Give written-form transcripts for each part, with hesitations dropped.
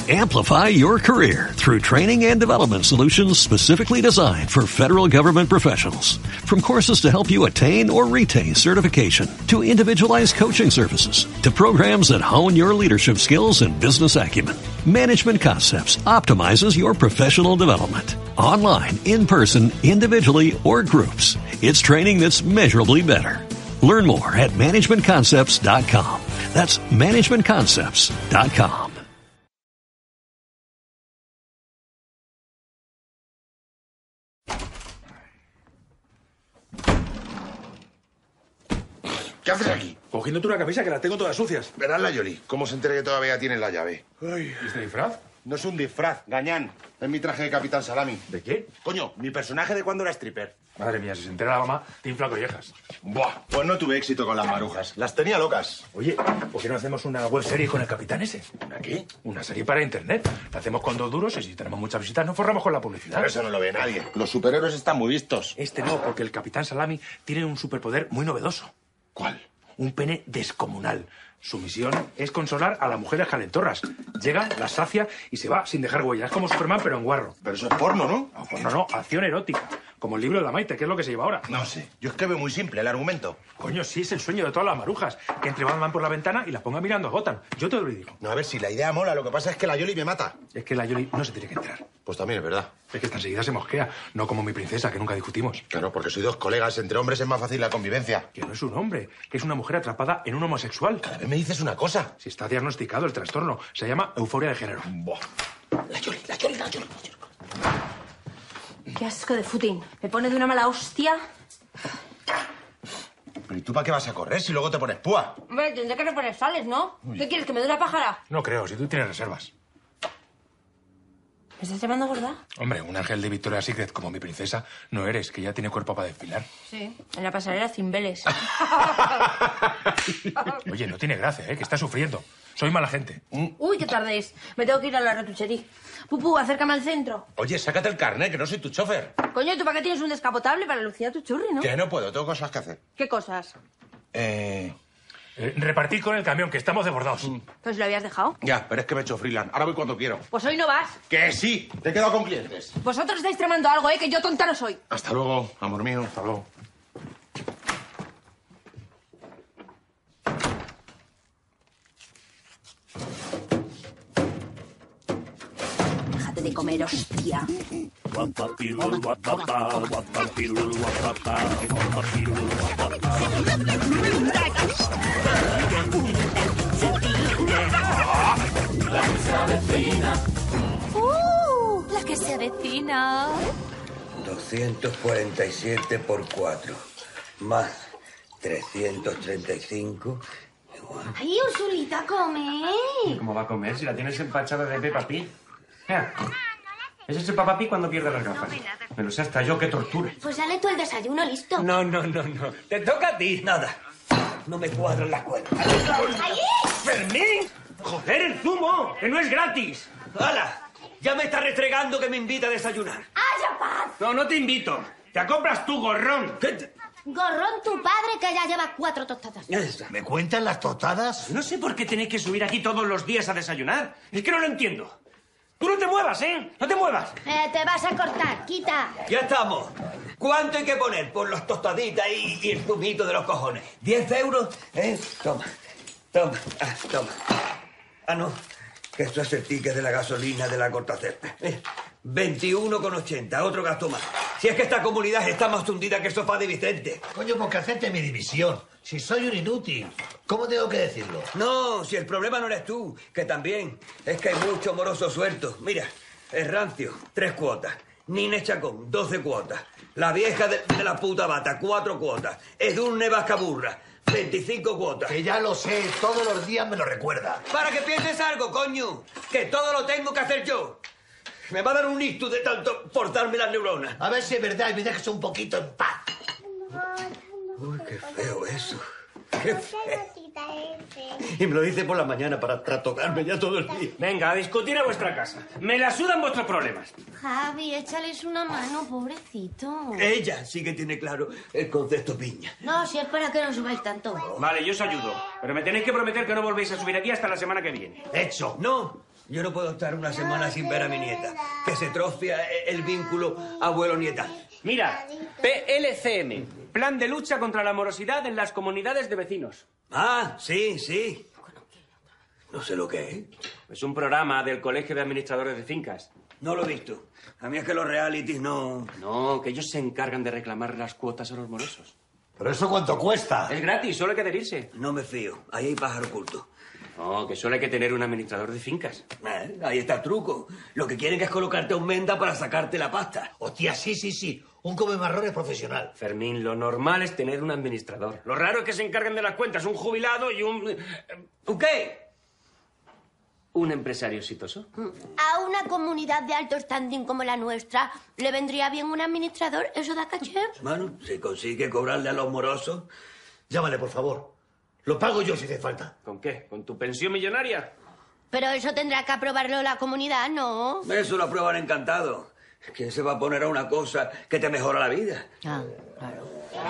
Amplify your career through training and development solutions specifically designed for federal government professionals. From courses to help you attain or retain certification, to individualized coaching services, to programs that hone your leadership skills and business acumen, Management Concepts optimizes your professional development. Online, in person, individually, or groups, it's training that's measurably better. Learn more at managementconcepts.com. That's managementconcepts.com. ¿Qué haces aquí? Cogiéndote una camisa que las tengo todas sucias. Verás la Yoli. ¿Cómo se entere que todavía tienes la llave? Ay, ¿este disfraz? No es un disfraz, gañán. Es mi traje de Capitán Salami. ¿De qué? Coño, mi personaje de cuando era stripper. Madre mía, si se entera la mamá, te infla collejas. Buah, pues no tuve éxito con las marujas. Las tenía locas. Oye, ¿por qué no hacemos una web serie con el capitán ese? ¿Una qué? Una serie para internet. La hacemos con 2 duros y si tenemos muchas visitas nos forramos con la publicidad. Pero eso no lo ve nadie. Los superhéroes están muy vistos. Este no, porque el capitán Salami tiene un superpoder muy novedoso. ¿Cuál? Un pene descomunal. Su misión es consolar a las mujeres calentorras. Llega, las sacia y se va sin dejar huellas. Es como Superman, pero en guarro. Pero eso es porno, ¿no? No, porno no, acción erótica. Como el libro de la Maite, que es lo que se lleva ahora. No sé. Yo es que veo muy simple el argumento. Coño, sí, es el sueño de todas las marujas. Que entre Batman por la ventana y las ponga mirando a Gotham. Yo te lo digo. No, a ver, si la idea mola, lo que pasa es que la Yoli me mata. Es que la Yoli no se tiene que enterar. Pues también es verdad. Es que esta enseguida se mosquea. No como mi princesa, que nunca discutimos. Claro, porque soy 2 colegas. Entre hombres es más fácil la convivencia. Que no es un hombre, que es una mujer atrapada en un homosexual. Cada vez me dices una cosa. Si está diagnosticado el trastorno. Se llama euforia de género. Buah. La Yoli. Qué asco de footing. Me pone de una mala hostia. ¿Pero y tú para qué vas a correr si luego te pones púa? Hombre, tendré que reponer sales, ¿no? Uy. ¿Qué quieres, que me dé una pájara? No creo, si tú tienes reservas. ¿Me estás llamando gorda? Hombre, un ángel de Victoria's Secret como mi princesa no eres, que ya tiene cuerpo para desfilar. Sí. En la pasarela Cimbeles. Oye, no tiene gracia, ¿eh? Que está sufriendo. Soy mala gente. Uy, qué tardéis. Me tengo que ir a la retuchería. Pupú, acércame al centro. Oye, sácate el carnet, que no soy tu chofer. Coño, ¿tú para qué tienes un descapotable para lucir a tu churri, no? Que no puedo, tengo cosas que hacer. ¿Qué cosas? Repartir con el camión, que estamos desbordados. Pues lo habías dejado. Ya, pero es que me he hecho freelance. Ahora voy cuando quiero. Pues hoy no vas. ¡Que sí! Te he quedado con clientes. Vosotros estáis tramando algo, ¿eh? Que yo tonta no soy. Hasta luego, amor mío. Hasta luego. Déjate de comer, hostia. La que se avecina. 247 por 4. Más 335. Igual. ¡Ay, Ursulita, come! ¿Cómo va a comer si la tienes empachada de Peppa Pig? Ese es el Peppa Pig cuando pierde las gafas. Me lo sé hasta yo, qué tortura. Pues dale tú el desayuno, listo. No. Te toca a ti. Nada. No me cuadran las cuentas. ¡Ahí! ¡Fermín! ¡Joder, el zumo! ¡Que no es gratis! ¡Hala! Ya me está restregando que me invita a desayunar. ¡Haya paz! No te invito. Te compras tu gorrón. Gorrón tu padre, que ya lleva 4 tostadas. ¿Me cuentan las tostadas? No sé por qué tenéis que subir aquí todos los días a desayunar. Es que no lo entiendo. Tú no te muevas, ¿eh? No te muevas. Te vas a cortar, quita. Ya estamos. ¿Cuánto hay que poner por las tostaditas y el zumito de los cojones? ¿10 euros? Toma. Toma. Ah, no. Que esto es el ticket de la gasolina de la cortacésped. 21,80. Otro gasto más. Si es que esta comunidad está más hundida que el sofá de Vicente. Coño, ¿por qué hacerte mi división? Si soy un inútil. ¿Cómo tengo que decirlo? No, si el problema no eres tú, que también. Es que hay mucho moroso suelto. Mira, el rancio, 3 cuotas. Nine Chacón, 12 cuotas. La vieja de la puta bata, 4 cuotas. Edurne Vascaburra, 25 cuotas. Que ya lo sé, todos los días me lo recuerda. Para que pienses algo, coño. Que todo lo tengo que hacer yo. Me va a dar un ictus de tanto forzarme las neuronas. A ver si es verdad y me dejas un poquito en paz. Uy, qué feo eso. Qué feo. Y me lo dice por la mañana para tocarme ya todo el día. Venga, a discutir a vuestra casa. Me la sudan vuestros problemas. Javi, échales una mano, pobrecito. Ella sí que tiene claro el concepto piña. No, si es para que no subáis tanto. Vale, yo os ayudo. Pero me tenéis que prometer que no volvéis a subir aquí hasta la semana que viene. Hecho. No, Yo no puedo estar una semana sin ver a mi nieta, que se trofia el vínculo abuelo-nieta. Mira, PLCM, Plan de Lucha contra la Morosidad en las Comunidades de Vecinos. Ah, sí. No sé lo que es. Es un programa del Colegio de Administradores de Fincas. No lo he visto. A mí es que los realities no... No, que ellos se encargan de reclamar las cuotas a los morosos. ¿Pero eso cuánto cuesta? Es gratis, solo hay que adherirse. No me fío. Ahí hay pájaro oculto. No, que solo hay que tener un administrador de fincas. Ahí está el truco. Lo que quieren es colocarte un menda para sacarte la pasta. Hostia, sí. Un comemarrones profesional. Fermín, lo normal es tener un administrador. Lo raro es que se encarguen de las cuentas un jubilado y un... ¿Un qué? ¿Un empresario exitoso? A una comunidad de alto standing como la nuestra, ¿le vendría bien un administrador? ¿Eso da caché? Bueno, si consigue cobrarle a los morosos... Llámale, por favor. Lo pago yo si hace falta. ¿Con qué? ¿Con tu pensión millonaria? Pero eso tendrá que aprobarlo la comunidad, ¿no? Eso lo aprueban encantado. ¿Quién se va a poner a una cosa que te mejora la vida? Ah, claro.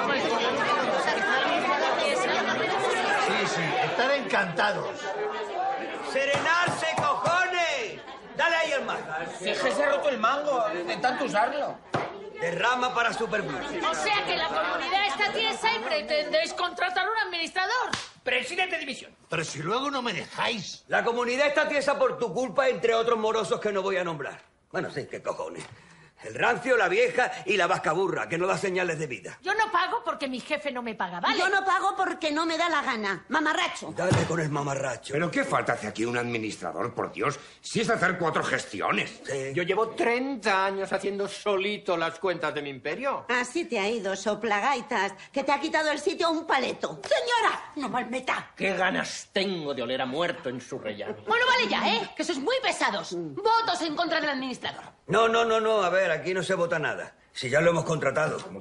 Sí, están encantados. ¡Serenarse, cojones! Dale ahí el mango. Fíjese, ha roto el mango de tanto usarlo. Derrama para Superblue. O sea que la comunidad está tiesa y pretendéis contratar un administrador. Presidente de división. Pero si luego no me dejáis. La comunidad está tiesa por tu culpa, entre otros morosos que no voy a nombrar. Bueno, sí, qué cojones. El rancio, la vieja y la vasca burra, que no da señales de vida. Yo no pago porque mi jefe no me paga, ¿vale? Yo no pago porque no me da la gana. Mamarracho. Dale con el mamarracho. ¿Pero qué falta hace aquí un administrador, por Dios? Si es hacer 4 gestiones. Sí. Yo llevo 30 años haciendo solito las cuentas de mi imperio. Así te ha ido, soplagaitas, que te ha quitado el sitio un paleto. Señora, no malmeta. Qué ganas tengo de oler a muerto en su rellano. Bueno, vale ya, ¿eh? Que sois muy pesados. Votos en contra del administrador. No. A ver, aquí no se vota nada. Si ya lo hemos contratado. Si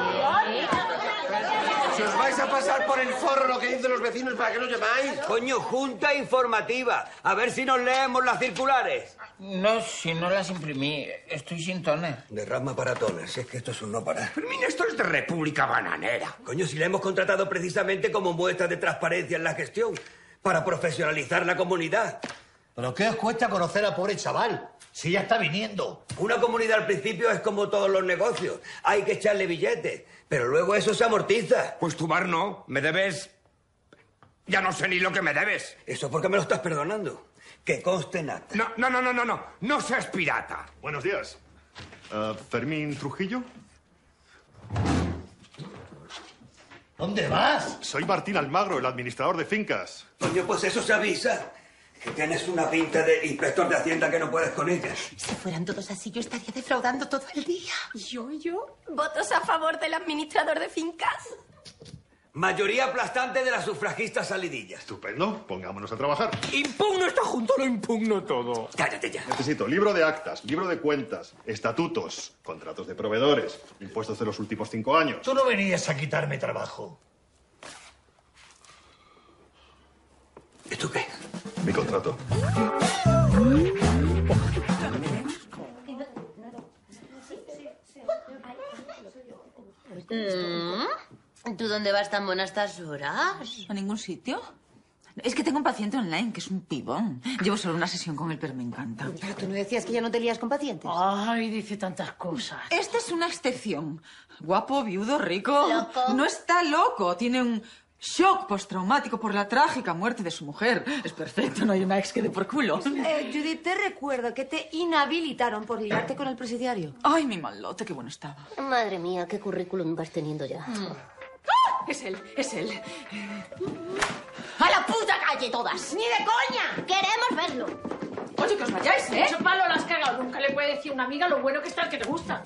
os vais a pasar por el forro lo que dicen los vecinos, ¿para qué lo llamáis? Coño, junta informativa. A ver si nos leemos las circulares. No, si no las imprimí. Estoy sin toner. Derrama para toner, si es que esto es un no parar. Fermín, esto es de República Bananera. Coño, si la hemos contratado precisamente como muestra de transparencia en la gestión. Para profesionalizar la comunidad. ¿Pero qué os cuesta conocer al pobre chaval? Si ya está viniendo. Una comunidad al principio es como todos los negocios. Hay que echarle billetes. Pero luego eso se amortiza. Pues tu bar no. Me debes... Ya no sé ni lo que me debes. ¿Eso por qué me lo estás perdonando? Que conste en acta. No. No seas pirata. Buenos días. ¿Fermín Trujillo? ¿Dónde vas? Soy Martín Almagro, el administrador de fincas. Coño, pues eso se avisa. Que tienes una pinta de inspector de Hacienda que no puedes con ella. Si fueran todos así, yo estaría defraudando todo el día. ¿Yo? ¿Votos a favor del administrador de fincas? Mayoría aplastante de las sufragistas salidillas. Estupendo. Pongámonos a trabajar. Impugno está junto, lo impugno todo. Cállate ya. Necesito libro de actas, libro de cuentas, estatutos, contratos de proveedores, impuestos de los últimos 5 años. Tú no venías a quitarme trabajo. ¿Esto qué? Mi contrato. ¿Tú dónde vas tan buenas estas horas? ¿A ningún sitio? Es que tengo un paciente online que es un pibón. Llevo solo una sesión con él, pero me encanta. Pero tú no decías que ya no te lías con pacientes. Ay, dice tantas cosas. Esta es una excepción. Guapo, viudo, rico. ¿Loco? No está loco. Tiene un shock postraumático por la trágica muerte de su mujer. Es perfecto, no hay una ex que dé por culo. Judith, te recuerdo que te inhabilitaron por liarte con el presidiario. Ay, mi malote, qué bueno estaba. Madre mía, qué currículum vas teniendo ya. ¡Ah! Es él. ¡A la puta calle todas! ¡Ni de coña! ¡Queremos verlo! Oye, que os vayáis, ¿eh? Eso palo lo has cagado. Nunca le puede decir a una amiga lo bueno que está el que te gusta.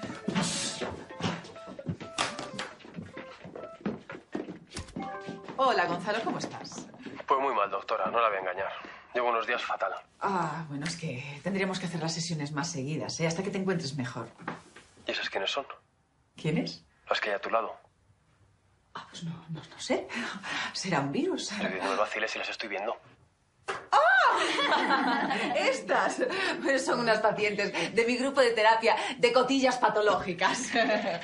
Hola, Gonzalo, ¿cómo estás? Pues muy mal, doctora. No la voy a engañar. Llevo unos días fatal. Ah, bueno, es que tendríamos que hacer las sesiones más seguidas, ¿eh? Hasta que te encuentres mejor. ¿Y esas quiénes son? ¿Quiénes? Las que hay a tu lado. Ah, pues no sé. Será un virus. Pero no me vaciles si las estoy viendo. Estas son unas pacientes de mi grupo de terapia de cotillas patológicas. ¡Fuera!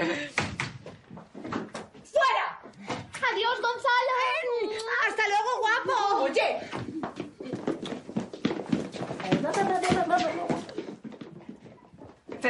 ¡Adiós, Gonzalo! ¡Hasta luego, guapo! Oye,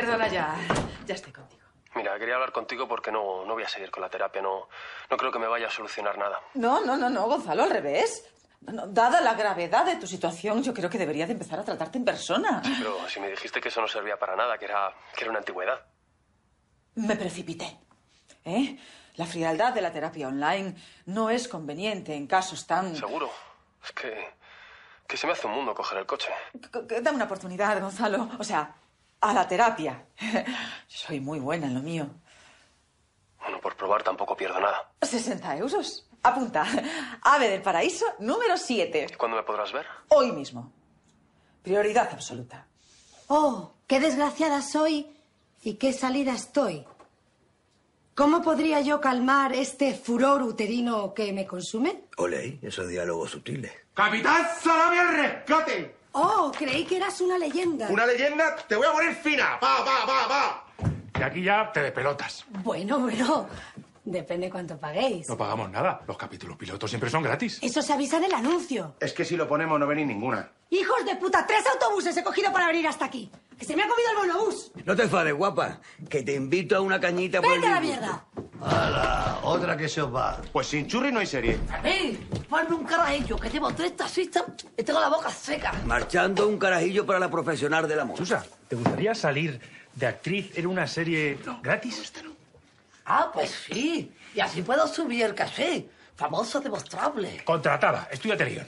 Perdona, ya estoy contigo. Mira, quería hablar contigo porque no voy a seguir con la terapia. No creo que me vaya a solucionar nada. No, Gonzalo, al revés. No, dada la gravedad de tu situación, yo creo que deberías de empezar a tratarte en persona. Pero si me dijiste que eso no servía para nada, que era una antigüedad. Me precipité. La frialdad de la terapia online no es conveniente en casos tan... ¿Seguro? Es que se me hace un mundo coger el coche. Dame una oportunidad, Gonzalo. O sea, a la terapia. Soy muy buena en lo mío. Bueno, por probar tampoco pierdo nada. 60 euros. Apunta. Ave del Paraíso, número 7. ¿Y cuándo me podrás ver? Hoy mismo. Prioridad absoluta. Oh, qué desgraciada soy y qué salida estoy. ¿Cómo podría yo calmar este furor uterino que me consume? Ole, esos diálogos sutiles. ¡Capitán Salame al rescate! Oh, creí que eras una leyenda. ¿Una leyenda? ¡Te voy a poner fina! ¡Va! Y aquí ya te despelotas. Bueno, depende cuánto paguéis. No pagamos nada. Los capítulos pilotos siempre son gratis. Eso se avisa en el anuncio. Es que si lo ponemos no venís ninguna. ¡Hijos de puta! 3 autobuses he cogido para venir hasta aquí. ¡Que se me ha comido el monobús! No te enfades, guapa, que te invito a una cañita por el ¡Vete a la disgusto. mierda! ¡Hala! Otra que se os va. Pues sin churri no hay serie. Ponme un carajillo, que llevo 3 taxistas y tengo la boca seca. Marchando un carajillo para la profesional del amor. Susa, ¿te gustaría salir de actriz en una serie gratis? Ah, pues sí. Y así puedo subir el caché. Famoso demostrable. Contratada. Estudiate el guión.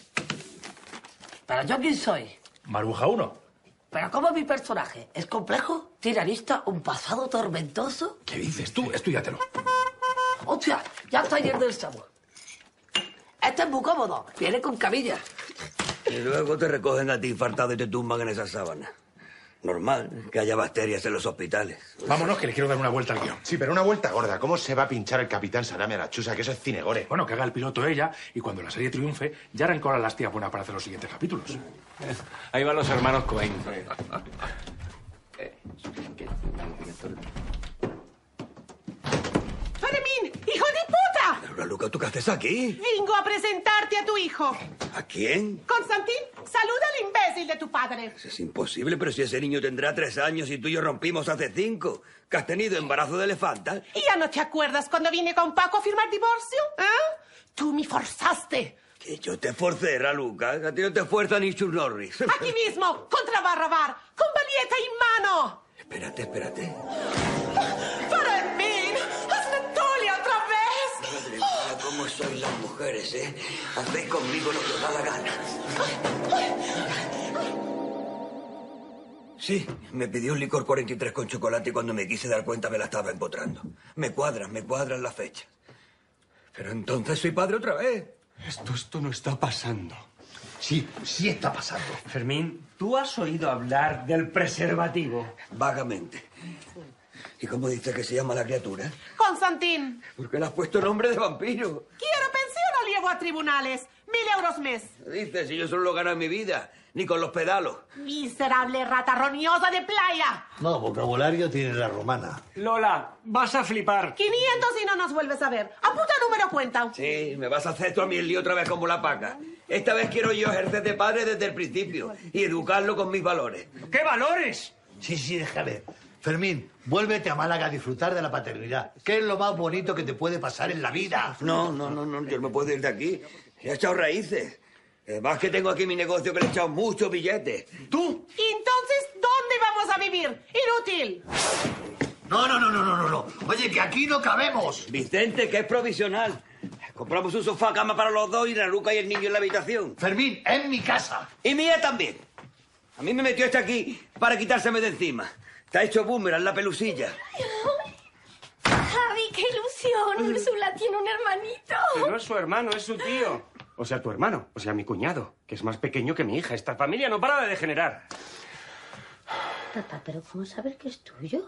¿Pero yo quién soy? Maruja 1. ¿Pero cómo es mi personaje? ¿Es complejo? ¿Tiene arista un pasado tormentoso? ¿Qué dices tú? Estudiatelo. ¡Hostia! Ya está yendo el sabor. Este es muy cómodo. Viene con camilla. Y luego te recogen a ti infartado y te tumban en esa sábana. Normal que haya bacterias en los hospitales. Vámonos, que le quiero dar una vuelta al guión. Sí, pero una vuelta gorda. ¿Cómo se va a pinchar el capitán Salame a la chusa? Que eso es cinegore. Bueno, que haga el piloto ella y cuando la serie triunfe, ya arrancó las tías buenas para hacer los siguientes capítulos. Ahí van los hermanos Cohen. ¡Fermín! ¡Hijo de puta! Pero, Luca, ¿tú qué haces aquí? Vengo a presentarte a tu hijo. ¿A quién? Constantín, saluda al imbécil de tu padre. Es imposible, pero si ese niño tendrá 3 años y tú y yo rompimos hace 5. ¿Que has tenido embarazo de elefanta? ¿Y ya no te acuerdas cuando vine con Paco a firmar divorcio? Tú me forzaste. Que yo te forcé, Raluca. A ti no te fuerza ni Chuck Norris. Aquí mismo, contra Barrabar, con balieta en mano. Espérate. ¡Fermín! ¡Hazme Tulia otra vez! Madre mía, cómo sois las mujeres, ¿eh? Hacéis conmigo lo que os da la gana. Sí, me pidió un licor 43 con chocolate y cuando me quise dar cuenta me la estaba empotrando. Me cuadran las fechas. Pero entonces soy padre otra vez. Esto no está pasando. Sí está pasando. Fermín, ¿tú has oído hablar del preservativo? Vagamente. ¿Y cómo dice que se llama la criatura? Constantín, ¿Por qué le has puesto nombre de vampiro? quiero pensión o llevo a tribunales. 1000 euros mes. Dice, si yo solo lo gano en mi vida, ni con los pedalos. Miserable rata roñosa de playa. No, vocabulario tiene la romana. Lola, vas a flipar. 500 y no nos vuelves a ver. Apunta número cuenta. Sí, me vas a hacer tú a mí el lío otra vez como la paca. Esta vez quiero yo ejercer de padre desde el principio y educarlo con mis valores. ¿Qué valores? Sí, déjale. Fermín, vuélvete a Málaga a disfrutar de la paternidad, que es lo más bonito que te puede pasar en la vida. No, yo no me puedo ir de aquí. He echado raíces. Además que tengo aquí mi negocio que le he echado muchos billetes. ¿Tú? ¿Y entonces dónde vamos a vivir? Inútil. No. Oye, que aquí no cabemos. Vicente, que es provisional. Compramos un sofá cama para los dos y la Luca y el niño en la habitación. Fermín, es mi casa. Y mía también. A mí me metió este aquí para quitárseme de encima. Está hecho boomerang la pelusilla. Javi, qué ilusión. Úrsula tiene un hermanito. Que no es su hermano, es su tío. O sea, tu hermano. O sea, mi cuñado, que es más pequeño que mi hija. Esta familia no para de degenerar. Papá, ¿pero cómo saber que es tuyo?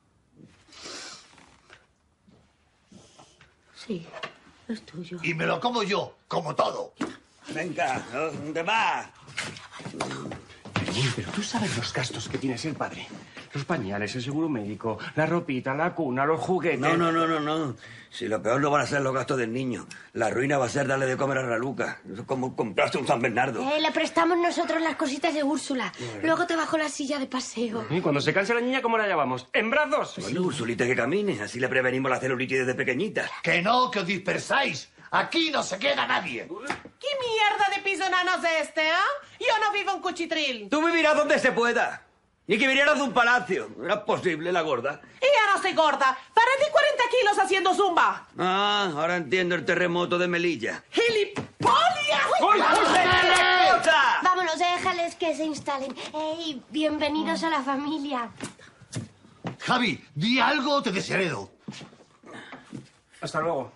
Sí, es tuyo. Y me lo como yo, como todo. Venga, ¿dónde vas? Fermín, pero tú sabes los gastos que tiene ser padre. Los pañales, el seguro médico, la ropita, la cuna, los juguetes... No. Si lo peor no van a ser los gastos del niño. La ruina va a ser darle de comer a Raluca. Es como comprarse un San Bernardo. Le prestamos nosotros las cositas de Úrsula. Luego te bajo la silla de paseo. Y cuando se canse la niña, ¿cómo la llamamos? ¿En brazos? Bueno, Ursulita que camine. Así le prevenimos la celulitis desde pequeñita. Que no, que os dispersáis. Aquí no se queda nadie. ¿Qué mierda de piso enano es este, Yo no vivo en Cuchitril. Tú vivirás donde se pueda. Ni que vinieras de un palacio. ¿No era posible, la gorda? Y ya no soy gorda. Perdí 40 kilos haciendo zumba. Ah, ahora entiendo el terremoto de Melilla. ¡Gilipollas! Vámonos, déjales que se instalen. ¡Ey, bienvenidos a la familia! Javi, di algo o te desheredo. Hasta luego.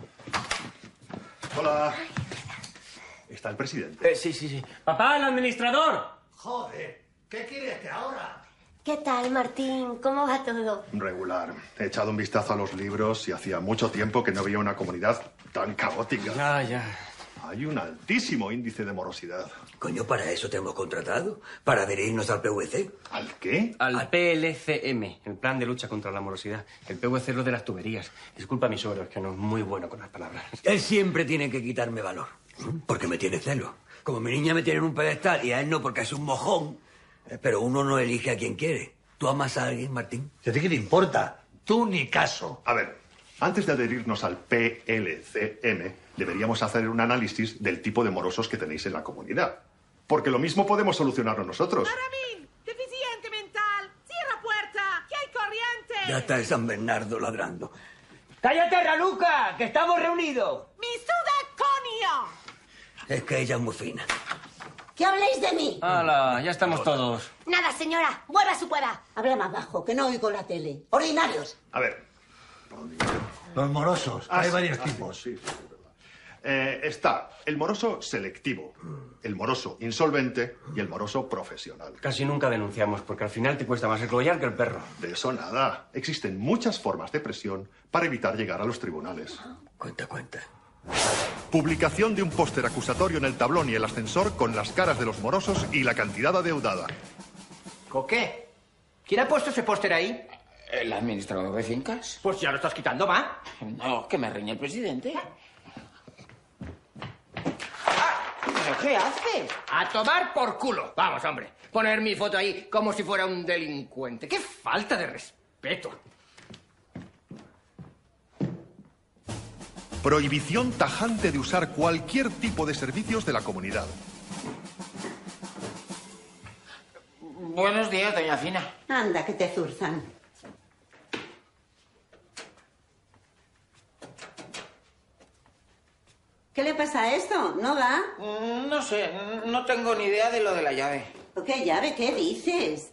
Hola. ¿Está el presidente? Sí. ¡Papá, el administrador! Joder, ¿qué quieres que ahora? ¿Qué tal, Martín? ¿Cómo va todo? Regular. He echado un vistazo a los libros y hacía mucho tiempo que no veía una comunidad tan caótica. Ya. Hay un altísimo índice de morosidad. Coño, para eso te hemos contratado. Para adherirnos al PVC. ¿Al qué? Al PLCM, el Plan de Lucha contra la Morosidad. El PVC es lo de las tuberías. Disculpa a mi suegro, es que no es muy bueno con las palabras. Él siempre tiene que quitarme valor. Porque me tiene celo. Como mi niña me tiene en un pedestal y a él no porque es un mojón. Pero uno no elige a quien quiere. ¿Tú amas a alguien, Martín? ¿Y a ti qué te importa? Tú ni caso. A ver, antes de adherirnos al PLCM, deberíamos hacer un análisis del tipo de morosos que tenéis en la comunidad. Porque lo mismo podemos solucionarlo nosotros. Maravil, deficiente mental, cierra puerta, que hay corriente. Ya está el San Bernardo ladrando. ¡Cállate, Raluca, que estamos reunidos! ¡Mi suda conio! Es que ella es muy fina. ¿Qué habléis de mí? ¡Hala! Ya estamos todos. Nada, señora. Vuelva a su cueva. Habla más bajo, que no oigo la tele. Ordinarios. A ver. Los morosos. Hay varios tipos. Sí, es verdad. Está el moroso selectivo, el moroso insolvente y el moroso profesional. Casi nunca denunciamos, porque al final te cuesta más el collar que el perro. De eso nada. Existen muchas formas de presión para evitar llegar a los tribunales. Cuenta. Publicación de un póster acusatorio en el tablón y el ascensor con las caras de los morosos y la cantidad adeudada. ¿Con qué? ¿Quién ha puesto ese póster ahí? ¿El administrador de fincas? Pues ya lo estás quitando, ¿va? No, que me riñe el presidente. ¿Pero qué haces? A tomar por culo. Vamos, hombre. Poner mi foto ahí como si fuera un delincuente. ¡Qué falta de respeto! Prohibición tajante de usar cualquier tipo de servicios de la comunidad. Buenos días, doña Fina. Anda, que te zurzan. ¿Qué le pasa a esto? ¿No va? No sé, no tengo ni idea de lo de la llave. ¿Qué llave? ¿Qué dices?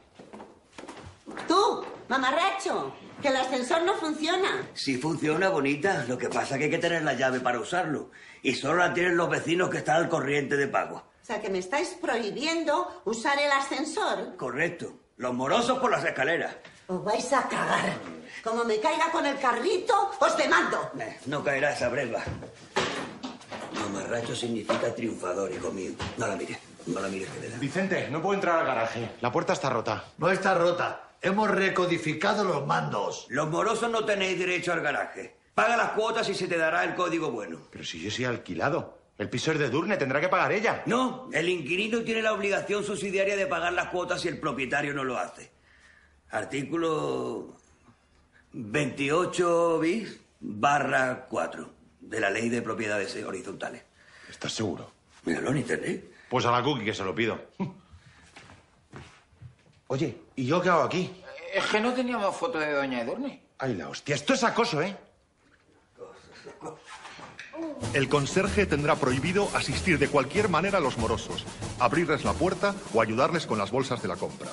Tú, mamarracho, que el ascensor no funciona. Sí funciona, bonita. Lo que pasa es que hay que tener la llave para usarlo. Y solo la tienen los vecinos que están al corriente de pago. O sea, que me estáis prohibiendo usar el ascensor. Correcto. Los morosos por las escaleras. Os vais a cagar. Como me caiga con el carrito, os demando. No caerá esa breva. Mamarracho significa triunfador, hijo mío. No la mires que le da. Vicente, no puedo entrar al garaje. La puerta está rota. No está rota. Hemos recodificado los mandos. Los morosos no tenéis derecho al garaje. Paga las cuotas y se te dará el código bueno. Pero si yo soy alquilado. El piso es de Edurne, tendrá que pagar ella. No, el inquilino tiene la obligación subsidiaria de pagar las cuotas si el propietario no lo hace. Artículo 28 bis /4 de la Ley de Propiedades Horizontales. ¿Estás seguro? Míralo en internet. Pues a la cookie que se lo pido. Oye, ¿y yo qué hago aquí? Es que no teníamos foto de doña Edurne. Ay, la hostia, esto es acoso, ¿eh? El conserje tendrá prohibido asistir de cualquier manera a los morosos, abrirles la puerta o ayudarles con las bolsas de la compra.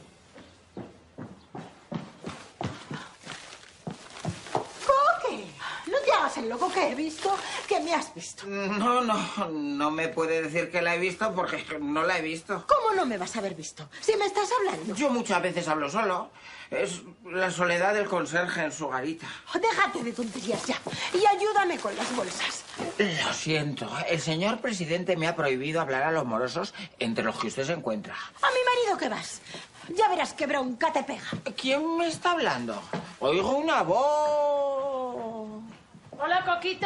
No te hagas el loco que he visto, que me has visto. No me puede decir que la he visto porque no la he visto. ¿Cómo no me vas a haber visto? Si me estás hablando. Yo muchas veces hablo solo. Es la soledad del conserje en su garita. Déjate de tonterías ya y ayúdame con las bolsas. Lo siento. El señor presidente me ha prohibido hablar a los morosos entre los que usted se encuentra. ¿A mi marido qué vas? Ya verás qué bronca te pega. ¿Quién me está hablando? Oigo una voz. Hola, Coquito.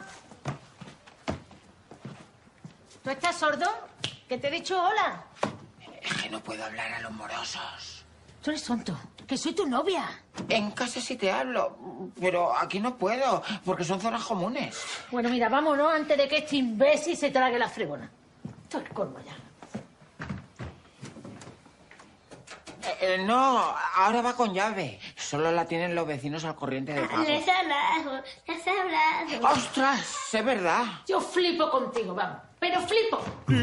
¿Tú estás sordo? ¿Que te he dicho hola? Es que no puedo hablar a los morosos. Tú eres tonto, que soy tu novia. En casa sí te hablo, pero aquí no puedo, porque son zonas comunes. Bueno, mira, vámonos antes de que este imbécil se trague la fregona. Esto es el colmo ya. No, ahora va con llave. Solo la tienen los vecinos al corriente de pago. Les has hablado. ¡Ostras! Es verdad. Yo flipo contigo, vamos. Pero flipo.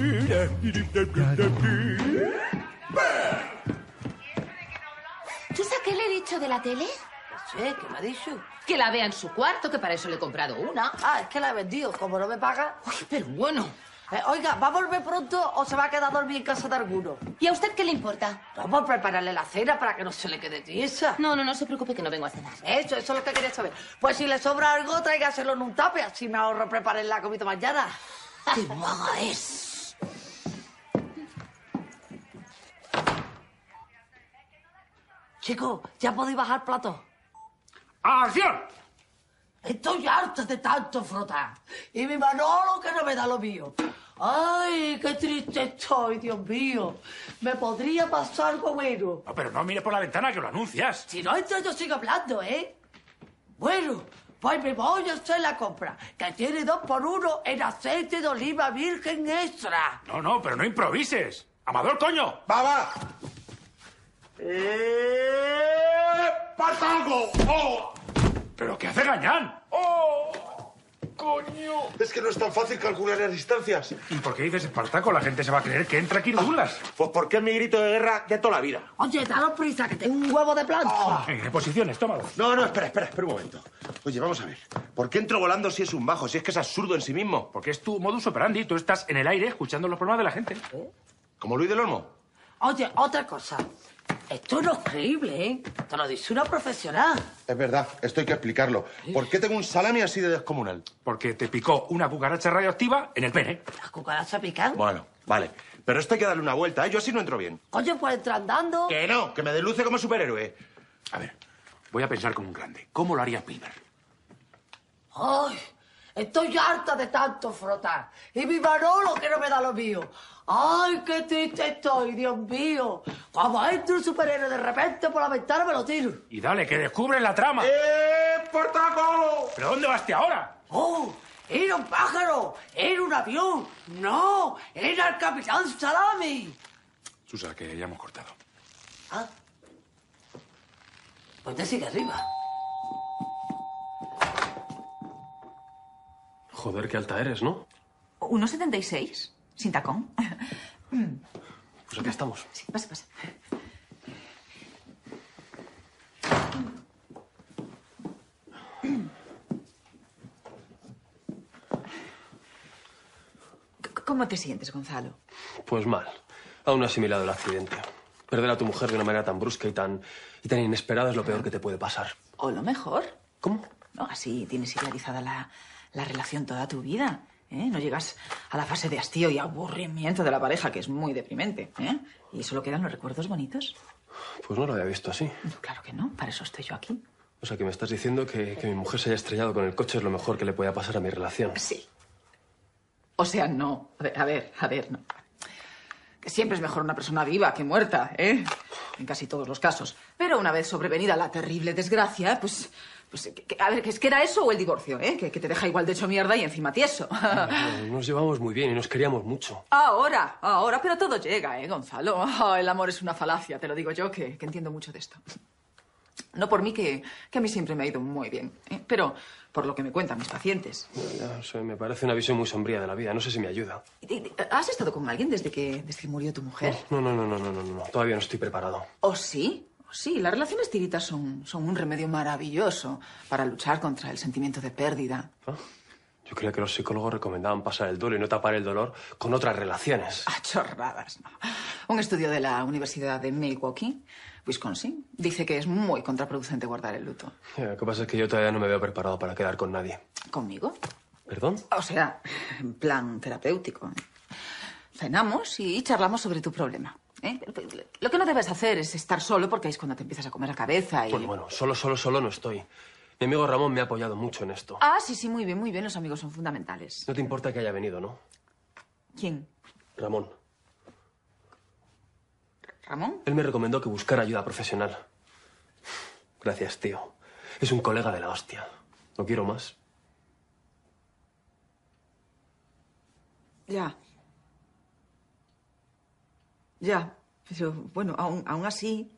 ¿Tú sabes qué le he dicho de la tele? Sí, ¿qué me ha dicho? Que la vea en su cuarto, que para eso le he comprado una. Ah, es que la he vendido. Como no me paga... Uy, pero bueno. Oiga, ¿va a volver pronto o se va a quedar a dormir en casa de alguno? ¿Y a usted qué le importa? Vamos a prepararle la cena para que no se le quede tiesa. No se preocupe que no vengo a cenar. Eso es lo que quería saber. Pues si le sobra algo, tráigaselo en un tupper, así me ahorro preparar la comida mañana. ¡Que no haga eso! Chicos, ¿ya podéis bajar plato? ¡Acción! Estoy harta de tanto frotar. Y mi Manolo que no me da lo mío. ¡Ay, qué triste estoy, Dios mío! Me podría pasar algo bueno. No, pero no mires por la ventana que lo anuncias. Si no, entonces yo sigo hablando, ¿eh? Bueno, pues me voy a hacer la compra, que tiene 2 por 1 en aceite de oliva virgen extra. No, pero no improvises. ¡Amador, coño! ¡Va! ¡Pasa algo! ¡Oh! ¿Pero qué hace Gañán? ¡Oh! ¡Coño! Es que no es tan fácil calcular las distancias. ¿Y por qué dices Espartaco? La gente se va a creer que entra aquí Douglas. Pues porque es mi grito de guerra de toda la vida. Oye, daros prisa, que tengo un huevo de planta. En reposiciones, tómalo. No, espera un momento. Oye, vamos a ver. ¿Por qué entro volando si es un bajo? Si es que es absurdo en sí mismo. Porque es tu modus operandi. Tú estás en el aire escuchando los problemas de la gente. ¿Como Luis del Olmo? Oye, otra cosa. Esto no es creíble, ¿eh? Te lo dice una profesional. Es verdad, esto hay que explicarlo. ¿Por qué tengo un salami así de descomunal? Porque te picó una cucaracha radioactiva en el pene. ¿Las cucarachas pican? Bueno, vale. Pero esto hay que darle una vuelta, ¿eh? Yo así no entro bien. Oye, pues entra andando. Que no, que me deluce como superhéroe. A ver, voy a pensar como un grande. ¿Cómo lo haría Spielberg? ¡Ay! Estoy harta de tanto frotar. Y mi Manolo que no me da lo mío. ¡Ay, qué triste estoy, Dios mío! Cuando entre un superhéroe de repente por la ventana me lo tiro. Y dale, que descubren la trama. ¡Portaco! ¿Pero dónde vas ahora? ¡Oh! ¡Era un pájaro! ¡Era un avión! ¡No! ¡Era el Capitán Salami! Susa, que ya hemos cortado. Ah. Pues te sigue arriba. Joder, qué alta eres, ¿no? 1,76. Sin tacón. Pues aquí estamos. Sí, pasa. ¿Cómo te sientes, Gonzalo? Pues mal. Aún no he asimilado el accidente. Perder a tu mujer de una manera tan brusca y tan inesperada es lo peor que te puede pasar. O lo mejor. ¿Cómo? No, así tienes idealizada la relación toda tu vida. No llegas a la fase de hastío y aburrimiento de la pareja, que es muy deprimente. Y solo quedan los recuerdos bonitos. Pues no lo había visto así. No, claro que no, para eso estoy yo aquí. O sea, que me estás diciendo que mi mujer se haya estrellado con el coche es lo mejor que le pueda pasar a mi relación. Sí. O sea, no. A ver, no. Que siempre es mejor una persona viva que muerta, En casi todos los casos. Pero una vez sobrevenida la terrible desgracia, pues a ver, ¿que era eso o el divorcio, Que te deja igual de hecho mierda y encima tieso. Nos llevamos muy bien y nos queríamos mucho. Ahora, pero todo llega, Gonzalo. El amor es una falacia, te lo digo yo, que entiendo mucho de esto. No por mí, que a mí siempre me ha ido muy bien, pero por lo que me cuentan mis pacientes. O sea, me parece una visión muy sombría de la vida. No sé si me ayuda. ¿Has estado con alguien desde que murió tu mujer? No. Todavía no estoy preparado. ¿Oh, sí? Sí, las relaciones tiritas son un remedio maravilloso para luchar contra el sentimiento de pérdida. ¿Ah? Yo creía que los psicólogos recomendaban pasar el duelo y no tapar el dolor con otras relaciones. Chorradas, no. Un estudio de la Universidad de Milwaukee, Wisconsin, dice que es muy contraproducente guardar el luto. Lo que pasa es que yo todavía no me veo preparado para quedar con nadie. ¿Conmigo? ¿Perdón? O sea, en plan terapéutico. Cenamos y charlamos sobre tu problema. Lo que no debes hacer es estar solo porque es cuando te empiezas a comer la cabeza y... Bueno, solo no estoy. Mi amigo Ramón me ha apoyado mucho en esto. Ah, sí, muy bien. Los amigos son fundamentales. No te importa que haya venido, ¿no? ¿Quién? Ramón. ¿Ramón? Él me recomendó que buscara ayuda profesional. Gracias, tío. Es un colega de la hostia. No quiero más. Ya, pero bueno, aún así,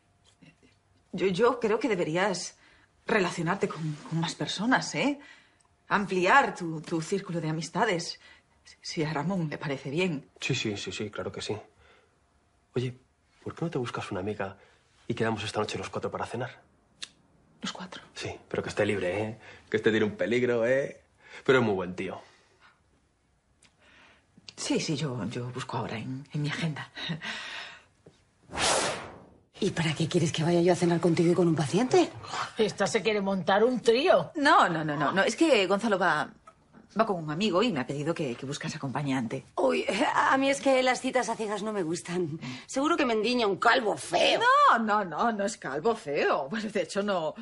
yo creo que deberías relacionarte con más personas, ¿eh? Ampliar tu círculo de amistades. Si a Ramón le parece bien. Sí, claro que sí. Oye, ¿por qué no te buscas una amiga y quedamos esta noche los 4 para cenar? ¿Los 4? Sí, pero que esté libre, ¿eh? Que este tiene un peligro, ¿eh? Pero es muy buen tío. Sí, yo busco ahora en mi agenda. ¿Y para qué quieres que vaya yo a cenar contigo y con un paciente? Esta se quiere montar un trío. No. Es que Gonzalo va con un amigo y me ha pedido que buscas acompañante. Uy, a mí es que las citas a ciegas no me gustan. Seguro que me endiña un calvo feo. No es calvo feo. Bueno, de hecho, no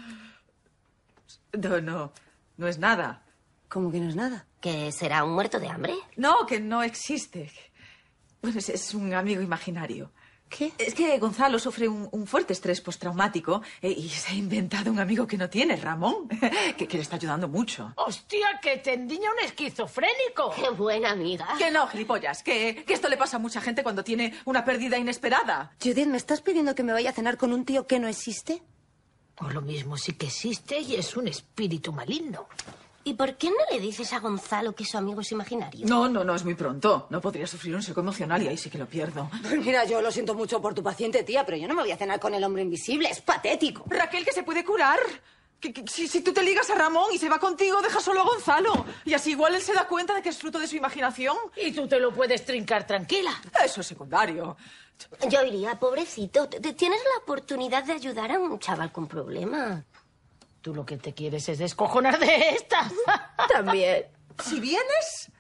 es nada. ¿Cómo que no es nada? ¿Que será un muerto de hambre? No, que no existe. Bueno, es un amigo imaginario. ¿Qué? Es que Gonzalo sufre un fuerte estrés postraumático y se ha inventado un amigo que no tiene, Ramón, que le está ayudando mucho. ¡Hostia, que te endiña un esquizofrénico! ¡Qué buena amiga! Que no, gilipollas, que esto le pasa a mucha gente cuando tiene una pérdida inesperada. Judith, ¿me estás pidiendo que me vaya a cenar con un tío que no existe? Por lo mismo sí que existe y es un espíritu maligno. ¿Y por qué no le dices a Gonzalo que su amigo es imaginario? No, es muy pronto. No podría sufrir un seco emocional y ahí sí que lo pierdo. Pues mira, yo lo siento mucho por tu paciente, tía, pero yo no me voy a cenar con el hombre invisible. Es patético. Raquel, que se puede curar. Que si tú te ligas a Ramón y se va contigo, deja solo a Gonzalo. Y así igual él se da cuenta de que es fruto de su imaginación. Y tú te lo puedes trincar tranquila. Eso es secundario. Yo diría, pobrecito, tienes la oportunidad de ayudar a un chaval con problemas. Tú lo que te quieres es descojonar de esta. También. Si vienes,